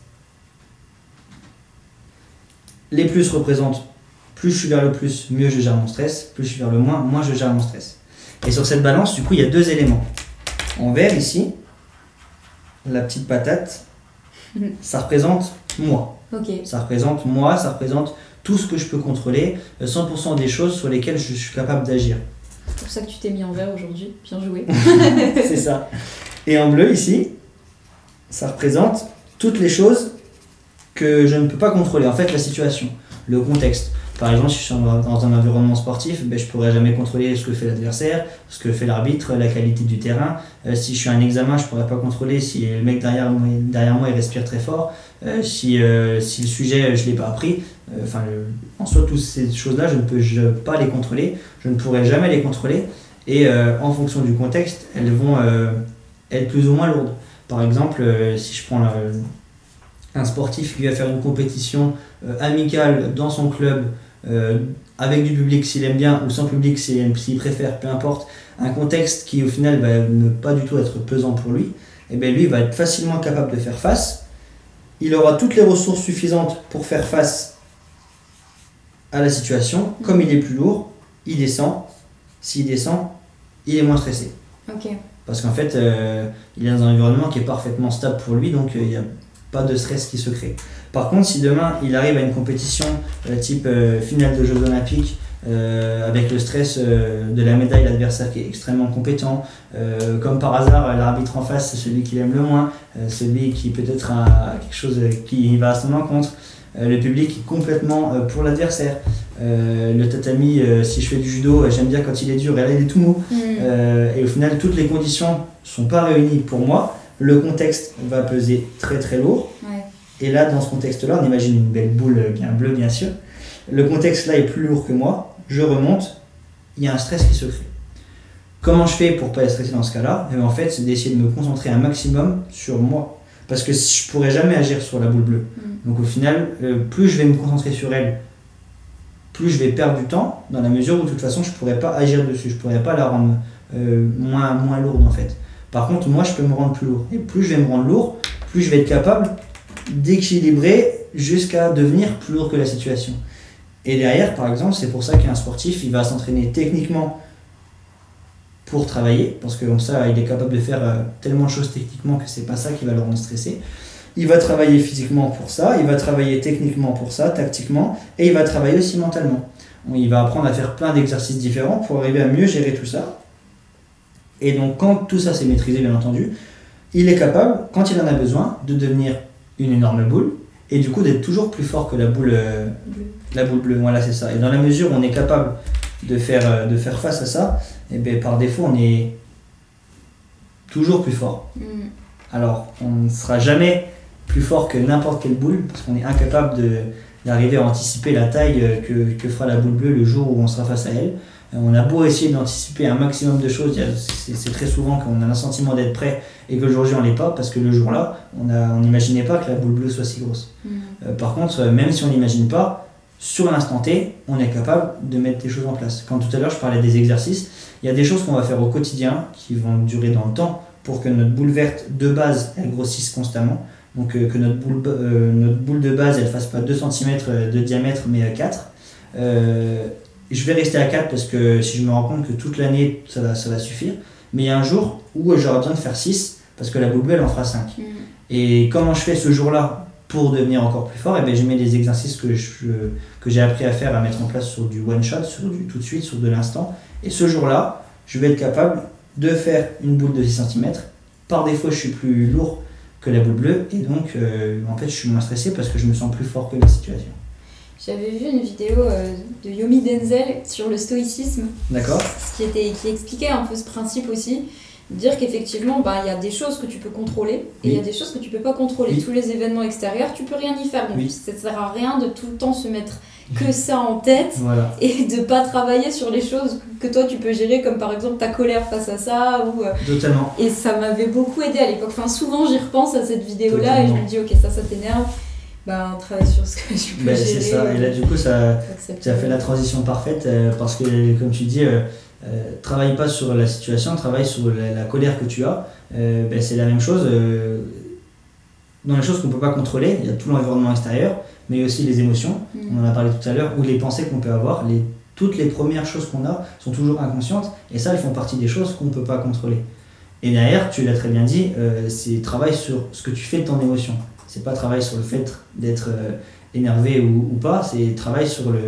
Les plus représentent, plus je suis vers le plus, mieux je gère mon stress. Plus je suis vers le moins, moins je gère mon stress. Et sur cette balance, du coup, il y a deux éléments. En vert, ici, la petite patate, ça représente moi. Ok. Ça représente moi, ça représente tout ce que je peux contrôler, cent pour cent des choses sur lesquelles je suis capable d'agir. C'est pour ça que tu t'es mis en vert aujourd'hui. Bien joué. C'est ça. Et en bleu, ici, ça représente toutes les choses que je ne peux pas contrôler. En fait, la situation. le contexte. Par exemple, si je suis dans un environnement sportif, ben, je ne pourrai jamais contrôler ce que fait l'adversaire, ce que fait l'arbitre, la qualité du terrain. Euh, si je suis à un examen, je ne pourrai pas contrôler si le mec derrière moi, derrière moi il respire très fort, euh, si, euh, si le sujet je ne l'ai pas appris. Enfin, euh, en soi, toutes ces choses-là, je ne peux je, pas les contrôler, je ne pourrai jamais les contrôler. Et euh, en fonction du contexte, elles vont euh, être plus ou moins lourdes. Par exemple, euh, si je prends la, un sportif qui va faire une compétition euh, amicale dans son club, euh, avec du public s'il aime bien ou sans public s'il, s'il préfère, peu importe, un contexte qui au final va ne pas du tout être pesant pour lui, et bien lui va être facilement capable de faire face. Il aura toutes les ressources suffisantes pour faire face à la situation. Comme il est plus lourd, il descend. S'il descend, il est moins stressé. Ok. Parce qu'en fait, euh, il est dans un environnement qui est parfaitement stable pour lui, donc il n'y a pas de stress qui se crée. Par contre, si demain il arrive à une compétition euh, type euh, finale de Jeux Olympiques, euh, avec le stress euh, de la médaille, l'adversaire qui est extrêmement compétent, euh, comme par hasard, l'arbitre en face, c'est celui qu'il aime le moins, euh, celui qui peut-être a quelque chose qui va à son encontre, euh, le public est complètement euh, pour l'adversaire. Euh, le tatami, euh, si je fais du judo, euh, j'aime bien quand il est dur, et là il est tout mou. Mmh. Euh, et au final, toutes les conditions ne sont pas réunies pour moi. Le contexte va peser très très lourd. Ouais. Et là, dans ce contexte-là, on imagine une belle boule bien bleue, bien sûr. Le contexte là est plus lourd que moi. Je remonte, il y a un stress qui se crée. Comment je fais pour ne pas être stressé dans ce cas-là? Et bien, en fait, c'est d'essayer de me concentrer un maximum sur moi. Parce que je ne pourrais jamais agir sur la boule bleue. Mmh. Donc au final, euh, plus je vais me concentrer sur elle, plus je vais perdre du temps, dans la mesure où de toute façon je ne pourrais pas agir dessus, je ne pourrais pas la rendre euh, moins, moins lourde en fait. Par contre, moi je peux me rendre plus lourd. Et plus je vais me rendre lourd, plus je vais être capable d'équilibrer jusqu'à devenir plus lourd que la situation. Et derrière, par exemple, c'est pour ça qu'un sportif, il va s'entraîner techniquement pour travailler, parce que comme ça, il est capable de faire euh, tellement de choses techniquement que c'est pas ça qui va le rendre stressé. Il va travailler physiquement pour ça, il va travailler techniquement pour ça, tactiquement, et il va travailler aussi mentalement. Il va apprendre à faire plein d'exercices différents pour arriver à mieux gérer tout ça. Et donc, quand tout ça s'est maîtrisé, bien entendu, il est capable, quand il en a besoin, de devenir une énorme boule, et du coup d'être toujours plus fort que la boule, euh, la boule bleue. Voilà, c'est ça. Et dans la mesure où on est capable de faire, de faire face à ça, et bien, par défaut, on est toujours plus fort. Mm. Alors, on ne sera jamais plus fort que n'importe quelle boule, parce qu'on est incapable de, d'arriver à anticiper la taille que, que fera la boule bleue le jour où on sera face à elle. On a beau essayer d'anticiper un maximum de choses, c'est, c'est très souvent qu'on a un sentiment d'être prêt et que le jour J on l'est pas, parce que le jour-là, on n'imaginait pas que la boule bleue soit si grosse. Mmh. Euh, par contre, même si on n'imagine pas, sur l'instant T, on est capable de mettre des choses en place. Quand tout à l'heure je parlais des exercices, il y a des choses qu'on va faire au quotidien qui vont durer dans le temps pour que notre boule verte de base, elle grossisse constamment. Donc euh, que notre boule, euh, notre boule de base, elle fasse pas deux centimètres de diamètre, mais quatre. Euh, je vais rester à quatre parce que si je me rends compte que toute l'année, ça va, ça va suffire. Mais il y a un jour où j'aurai besoin de faire six parce que la boule bleue, elle en fera cinq. Mmh. Et comment je fais ce jour-là pour devenir encore plus fort? Et bien, je mets des exercices que, je, que j'ai appris à faire, à mettre en place sur du one-shot, sur du tout de suite, sur de l'instant. Et ce jour-là, je vais être capable de faire une boule de six centimètres. Par défaut, je suis plus lourd que la boule bleue et donc euh, en fait je suis moins stressé parce que je me sens plus fort que la situation. J'avais vu une vidéo euh, de Yomi Denzel sur le stoïcisme. D'accord. Qui, était, qui expliquait un peu ce principe aussi, dire qu'effectivement bah, y a des choses que tu peux contrôler et il oui. y a des choses que tu peux pas contrôler. Oui. Tous les événements extérieurs, tu peux rien y faire, donc oui. ça ne sert à rien de tout le temps se mettre que ça en tête voilà. Et de pas travailler sur les choses que toi tu peux gérer, comme par exemple ta colère face à ça ou, Totalement. Et ça m'avait beaucoup aidé à l'époque, enfin, souvent j'y repense à cette vidéo là. Totalement. Et je me dis ok, ça ça t'énerve, bah on travaille sur ce que tu peux ben, gérer. C'est ça, et là du coup ça, ça fait la transition parfaite euh, parce que comme tu dis euh, euh, travaille pas sur la situation, travaille sur la, la colère que tu as. euh, ben, c'est la même chose euh, dans les choses qu'on peut pas contrôler. Il y a tout l'environnement extérieur, mais aussi les émotions, mmh. on en a parlé tout à l'heure, ou les pensées qu'on peut avoir. Les, toutes les premières choses qu'on a sont toujours inconscientes, et ça, elles font partie des choses qu'on ne peut pas contrôler. Et derrière, tu l'as très bien dit, euh, c'est travail sur ce que tu fais de ton émotion. C'est pas travail sur le fait d'être euh, énervé ou, ou pas, c'est travail sur, le,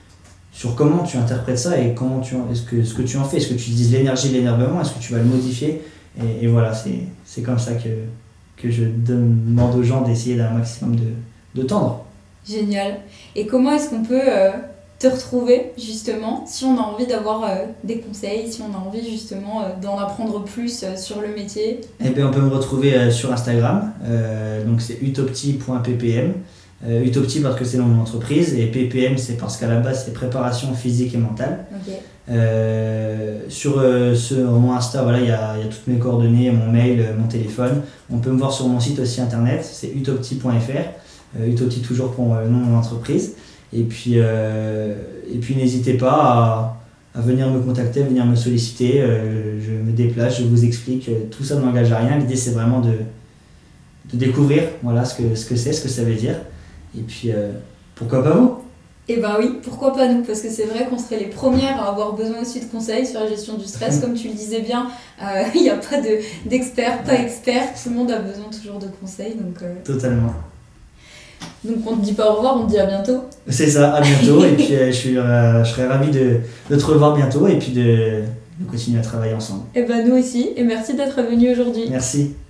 sur comment tu interprètes ça et comment tu, est-ce que, ce que tu en fais. Est-ce que tu utilises l'énergie, l'énervement, est-ce que tu vas le modifier, et, et voilà, c'est, c'est comme ça que, que je demande aux gens d'essayer d'un maximum de, de tendre. Génial. Et comment est-ce qu'on peut euh, te retrouver justement si on a envie d'avoir euh, des conseils, si on a envie justement euh, d'en apprendre plus euh, sur le métier? Eh bien, on peut me retrouver euh, sur Instagram, euh, donc c'est utopti point p p m. Euh, Utopti parce que c'est le nom de mon entreprise et P P M c'est parce qu'à la base c'est préparation physique et mentale. Ok. Euh, sur euh, ce, mon Insta, voilà, il y a, y a toutes mes coordonnées, mon mail, euh, mon téléphone. On peut me voir sur mon site aussi internet, c'est utopti point f r. Euh, Utopti toujours pour euh, le nom de mon entreprise. Et puis, euh, et puis n'hésitez pas à, à venir me contacter, à venir me solliciter. Euh, je me déplace, je vous explique. Euh, tout ça ne m'engage à rien. L'idée c'est vraiment de, de découvrir voilà, ce que, ce que c'est, ce que ça veut dire. Et puis, euh, pourquoi pas vous? Eh ben oui, pourquoi pas nous? Parce que c'est vrai qu'on serait les premières à avoir besoin aussi de conseils sur la gestion du stress. Comme tu le disais bien, il euh, n'y a pas de, d'experts, pas experts. Tout le monde a besoin toujours de conseils. Donc, euh... Totalement. Donc on ne te dit pas au revoir, on te dit à bientôt. C'est ça, à bientôt. Et puis euh, je, suis, euh, je serais ravi de, de te revoir bientôt et puis de, de continuer à travailler ensemble. Eh ben nous aussi. Et merci d'être venu aujourd'hui. Merci.